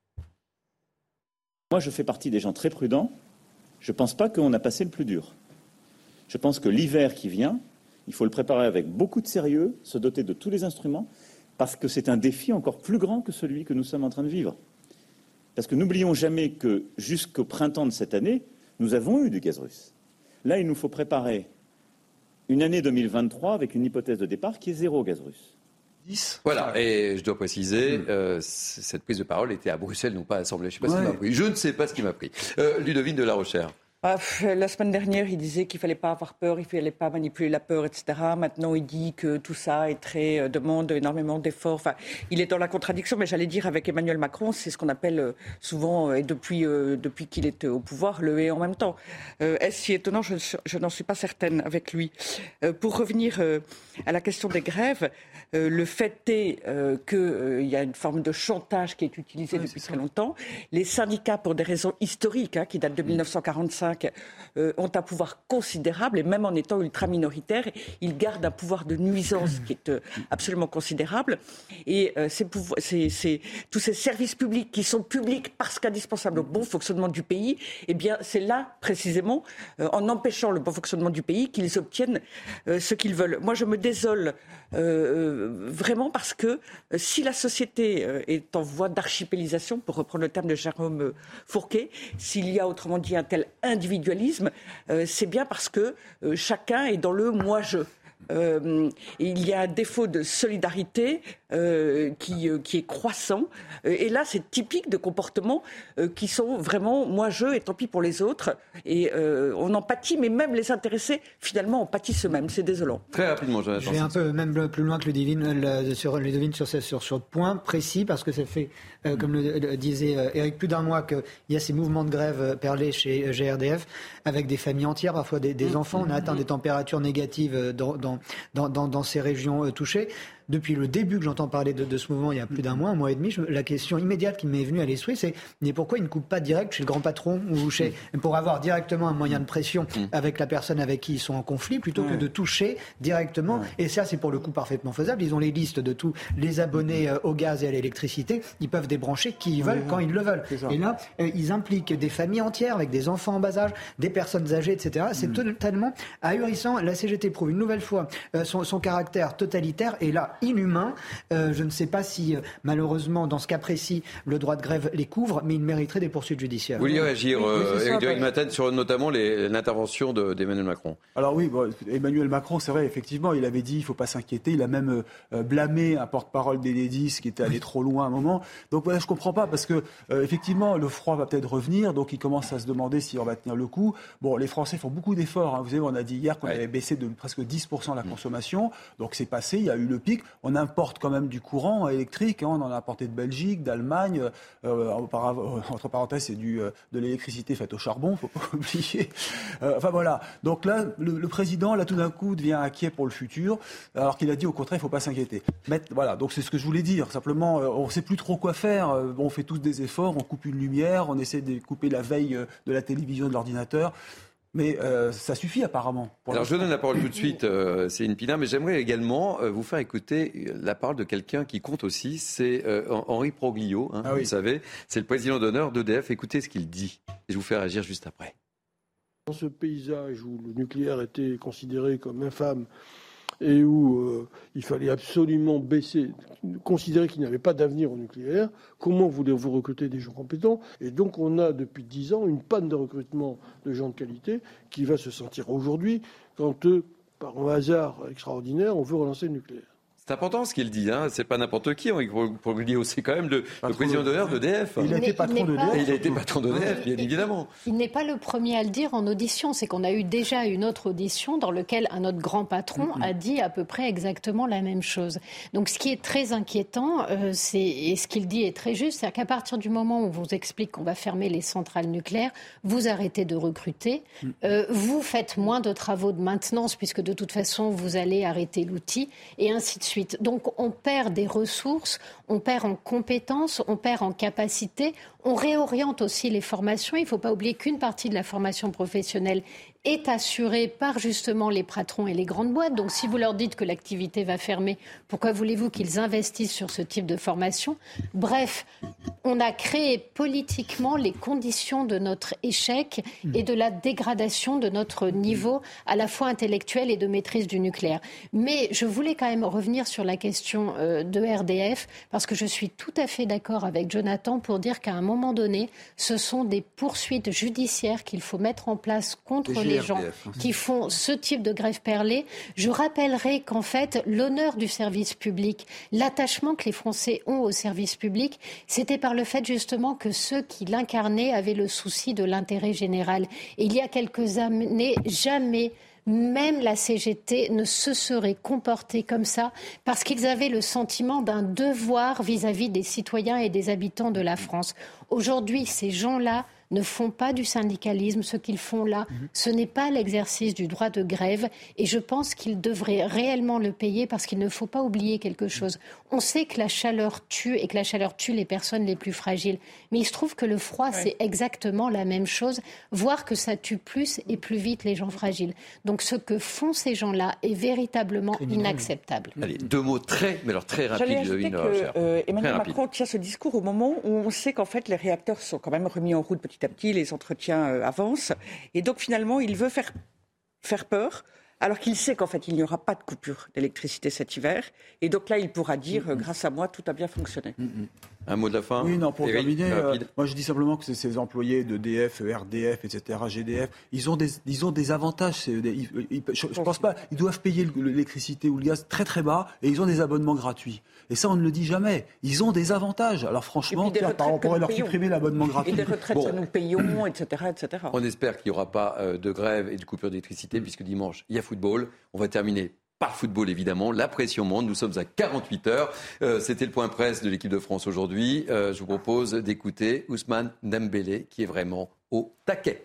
Moi, je fais partie des gens très prudents. Je ne pense pas qu'on a passé le plus dur. Je pense que l'hiver qui vient, il faut le préparer avec beaucoup de sérieux, se doter de tous les instruments, parce que c'est un défi encore plus grand que celui que nous sommes en train de vivre. Parce que n'oublions jamais que jusqu'au printemps de cette année, nous avons eu du gaz russe. Là, il nous faut préparer une année 2023 avec une hypothèse de départ qui est 0 gaz russe. Voilà, et je dois préciser, cette prise de parole était à Bruxelles, non pas à l'Assemblée. Je ne sais pas ce qui m'a pris. Ludovine de La Rochère. La semaine dernière, il disait qu'il ne fallait pas avoir peur, il ne fallait pas manipuler la peur, etc. Maintenant, il dit que tout ça est demande énormément d'efforts. Enfin, il est dans la contradiction, mais j'allais dire avec Emmanuel Macron, c'est ce qu'on appelle souvent, et depuis qu'il est au pouvoir, le « et en même temps ». Est-ce si étonnant? Je n'en suis pas certaine avec lui. Pour revenir à la question des grèves, le fait est qu'il y a une forme de chantage qui est utilisée depuis très longtemps. Les syndicats, pour des raisons historiques, qui datent de 1945, ont un pouvoir considérable et même en étant ultra-minoritaires, ils gardent un pouvoir de nuisance qui est absolument considérable. Et tous ces services publics qui sont publics parce qu'indispensables au bon fonctionnement du pays, eh bien c'est là précisément, en empêchant le bon fonctionnement du pays, qu'ils obtiennent ce qu'ils veulent. Moi je me désole vraiment parce que si la société est en voie d'archipélisation, pour reprendre le terme de Jérôme Fourquet, s'il y a autrement dit un tel individualisme, c'est bien parce que chacun est dans le moi-je. Il y a un défaut de solidarité qui est croissant. Et là, c'est typique de comportements qui sont vraiment moi-je et tant pis pour les autres. Et on en pâtit, mais même les intéressés, finalement, en pâtissent eux-mêmes. C'est désolant. Très rapidement, Jonathan. Je vais un peu même plus loin que Ludovine sur ce point précis, parce que ça fait, comme le disait Eric, plus d'un mois qu'il y a ces mouvements de grève perlés chez GRDF, avec des familles entières, parfois des enfants. On a atteint des températures négatives dans ces régions touchées. Depuis le début que j'entends parler de ce mouvement, il y a plus d'un mois et demi, la question immédiate qui m'est venue à l'esprit, c'est mais pourquoi ils ne coupent pas direct chez le grand patron ou pour avoir directement un moyen de pression avec la personne avec qui ils sont en conflit, plutôt que de toucher directement. Et ça, c'est pour le coup parfaitement faisable. Ils ont les listes de tous les abonnés au gaz et à l'électricité. Ils peuvent débrancher qui ils veulent quand ils le veulent. Et là, ils impliquent des familles entières avec des enfants en bas âge, des personnes âgées, etc. C'est totalement ahurissant. La CGT prouve une nouvelle fois son caractère totalitaire et là, inhumain. Je ne sais pas si, malheureusement, dans ce cas précis, le droit de grève les couvre, mais il mériterait des poursuites judiciaires. Vous vouliez réagir, Éric de Ringmaten, sur notamment l'intervention d'Emmanuel Macron? Alors oui, Emmanuel Macron, c'est vrai, effectivement, il avait dit qu'il ne faut pas s'inquiéter. Il a même blâmé un porte-parole d'Enedis qui était allé trop loin à un moment. Donc voilà, je ne comprends pas, parce que effectivement, le froid va peut-être revenir, donc il commence à se demander si on va tenir le coup. Bon, les Français font beaucoup d'efforts. Vous savez, on a dit hier qu'on avait baissé de presque 10% la consommation. Donc c'est passé, il y a eu le pic. On importe quand même du courant électrique, on en a importé de Belgique, d'Allemagne. Entre parenthèses, c'est de l'électricité faite au charbon, il ne faut pas oublier. Enfin voilà. Donc là, le président, là tout d'un coup, devient inquiet pour le futur, alors qu'il a dit au contraire, il ne faut pas s'inquiéter. Voilà, donc c'est ce que je voulais dire. Simplement, on ne sait plus trop quoi faire. On fait tous des efforts, on coupe une lumière, on essaie de couper la veille de la télévision, de l'ordinateur. Mais ça suffit apparemment. Alors je donne la parole tout de suite, Céline Pina, mais j'aimerais également vous faire écouter la parole de quelqu'un qui compte aussi, c'est Henri Proglio, vous savez, c'est le président d'honneur d'EDF. Écoutez ce qu'il dit, et je vous fais réagir juste après. Dans ce paysage où le nucléaire était considéré comme infâme et où il fallait absolument considérer qu'il n'y avait pas d'avenir au nucléaire. Comment voulez-vous recruter des gens compétents ? Et donc on a depuis 10 ans une panne de recrutement de gens de qualité qui va se sentir aujourd'hui quand, par un hasard extraordinaire, on veut relancer le nucléaire. C'est important ce qu'il dit, hein. C'est pas n'importe qui. Broglio, c'est quand même le président d'honneur d'EDF. Il a été patron d'EDF. Il a été patron d'EDF, bien évidemment. Il n'est pas le premier à le dire en audition. C'est qu'on a eu déjà une autre audition dans laquelle un autre grand patron a dit à peu près exactement la même chose. Donc ce qui est très inquiétant, et ce qu'il dit est très juste, c'est qu'à partir du moment où on vous explique qu'on va fermer les centrales nucléaires, vous arrêtez de recruter, vous faites moins de travaux de maintenance puisque de toute façon vous allez arrêter l'outil et ainsi de suite. Donc on perd des ressources, on perd en compétences, on perd en capacité, on réoriente aussi les formations. Il ne faut pas oublier qu'une partie de la formation professionnelle est assurée par justement les patrons et les grandes boîtes. Donc si vous leur dites que l'activité va fermer, pourquoi voulez-vous qu'ils investissent sur ce type de formation ? Bref, on a créé politiquement les conditions de notre échec et de la dégradation de notre niveau à la fois intellectuel et de maîtrise du nucléaire. Mais je voulais quand même revenir sur la question de RDF, parce que je suis tout à fait d'accord avec Jonathan pour dire qu'à un moment donné, ce sont des poursuites judiciaires qu'il faut mettre en place contre les gens qui font ce type de grève perlée. Je rappellerai qu'en fait, l'honneur du service public, l'attachement que les Français ont au service public, c'était par le fait justement que ceux qui l'incarnaient avaient le souci de l'intérêt général. Et il y a quelques années, jamais même la CGT ne se serait comportée comme ça parce qu'ils avaient le sentiment d'un devoir vis-à-vis des citoyens et des habitants de la France. Aujourd'hui, ces gens-là ne font pas du syndicalisme. Ce qu'ils font là, ce n'est pas l'exercice du droit de grève. Et je pense qu'ils devraient réellement le payer parce qu'il ne faut pas oublier quelque chose. On sait que la chaleur tue et que la chaleur tue les personnes les plus fragiles. Mais il se trouve que le froid, c'est exactement la même chose, voire que ça tue plus et plus vite les gens fragiles. Donc ce que font ces gens-là est véritablement inacceptable. Allez, 2 mots très rapides. J'allais ajouter que Emmanuel Macron tient ce discours au moment où on sait qu'en fait les réacteurs sont quand même remis en route petit à petit, les entretiens avancent. Et donc finalement, il veut faire peur, alors qu'il sait qu'en fait, il n'y aura pas de coupure d'électricité cet hiver. Et donc là, il pourra dire, grâce à moi, tout a bien fonctionné. Un mot de la fin ? Oui, non, pour Éric, terminer, moi je dis simplement que ces employés d'EDF, RDF, etc., GDF, ils ont des avantages. Je ne pense pas, ils doivent payer l'électricité ou le gaz très très bas et ils ont des abonnements gratuits. Et ça, on ne le dit jamais. Ils ont des avantages. Alors franchement, on pourrait leur supprimer l'abonnement gratuit. Et des retraites que nous payons, etc., etc. On espère qu'il n'y aura pas de grève et de coupure d'électricité puisque dimanche, il y a football. On va terminer par football, évidemment. La pression monte. Nous sommes à 48 heures. C'était le point presse de l'équipe de France aujourd'hui. Je vous propose d'écouter Ousmane Dembélé, qui est vraiment au taquet.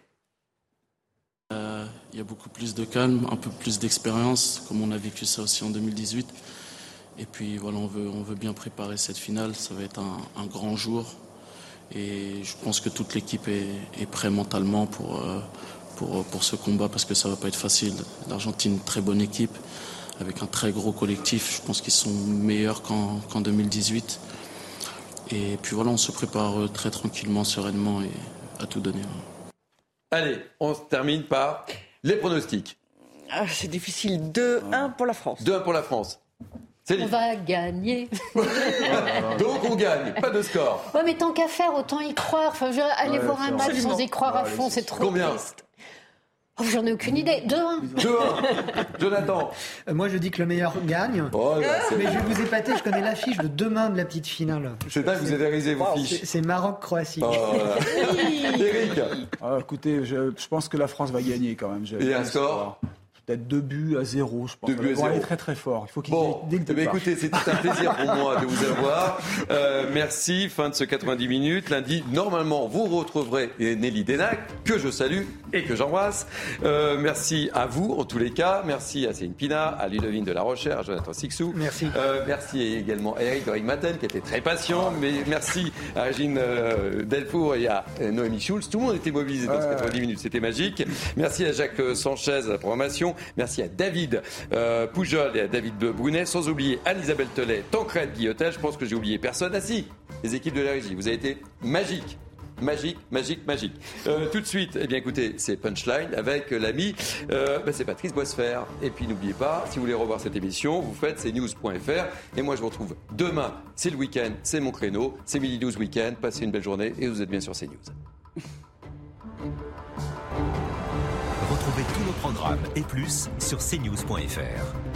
Il y a beaucoup plus de calme, un peu plus d'expérience, comme on a vécu ça aussi en 2018. Et puis voilà, on veut bien préparer cette finale. Ça va être un grand jour. Et je pense que toute l'équipe est prête mentalement pour ce combat parce que ça ne va pas être facile. L'Argentine, très bonne équipe, avec un très gros collectif. Je pense qu'ils sont meilleurs qu'en 2018. Et puis voilà, on se prépare très tranquillement, sereinement et à tout donner. Allez, on se termine par les pronostics. C'est difficile. 2-1 pour la France. 2-1 pour la France. On va gagner. Donc on gagne, pas de score. Ouais, mais tant qu'à faire, autant y croire. Enfin, aller voir un match sans y croire à fond, c'est trop triste. Oh, j'en ai aucune idée. 2-1. 2-1. Jonathan. Moi, je dis que le meilleur gagne. Mais je vais vous épater, je connais l'affiche de demain de la petite finale. C'est dingue, vous avez réalisé vos fiches. C'est Maroc-Croatie. Éric. Écoutez, je pense que la France va gagner quand même. Et un score ? Peut-être 2-0, je pense. 2-0. On va aller très très fort. Il faut qu'ils dès le départ. Écoutez, c'était un plaisir pour moi de vous avoir. Merci. Fin de ce 90 minutes. Lundi, normalement, vous retrouverez Nelly Denac, que je salue et que j'embrasse. Merci à vous, en tous les cas. Merci à Céline Pina, à Ludovine de la Rochère, à Jonathan Sixou. Merci. Merci également à Eric Dorig-Maten, qui était très patient. Mais merci à Régine Delfour et à Noémie Schulz. Tout le monde était mobilisé dans ces 90 minutes. C'était magique. Merci à Jacques Sanchez à la programmation. Merci à David Poujol et à David Brunet, sans oublier Anne-Isabelle Telet, Tancrède Guillotel. Je pense que j'ai oublié personne. Ah si, les équipes de la régie, vous avez été magiques. magique. Tout de suite, eh bien écoutez, c'est Punchline avec l'ami, c'est Patrice Boisfer. Et puis n'oubliez pas, si vous voulez revoir cette émission, vous faites cnews.fr. Et moi je vous retrouve demain, c'est le week-end, c'est mon créneau, c'est Midi News Weekend. Passez une belle journée et vous êtes bien sur CNews. Retrouvez tous nos programmes et plus sur cnews.fr.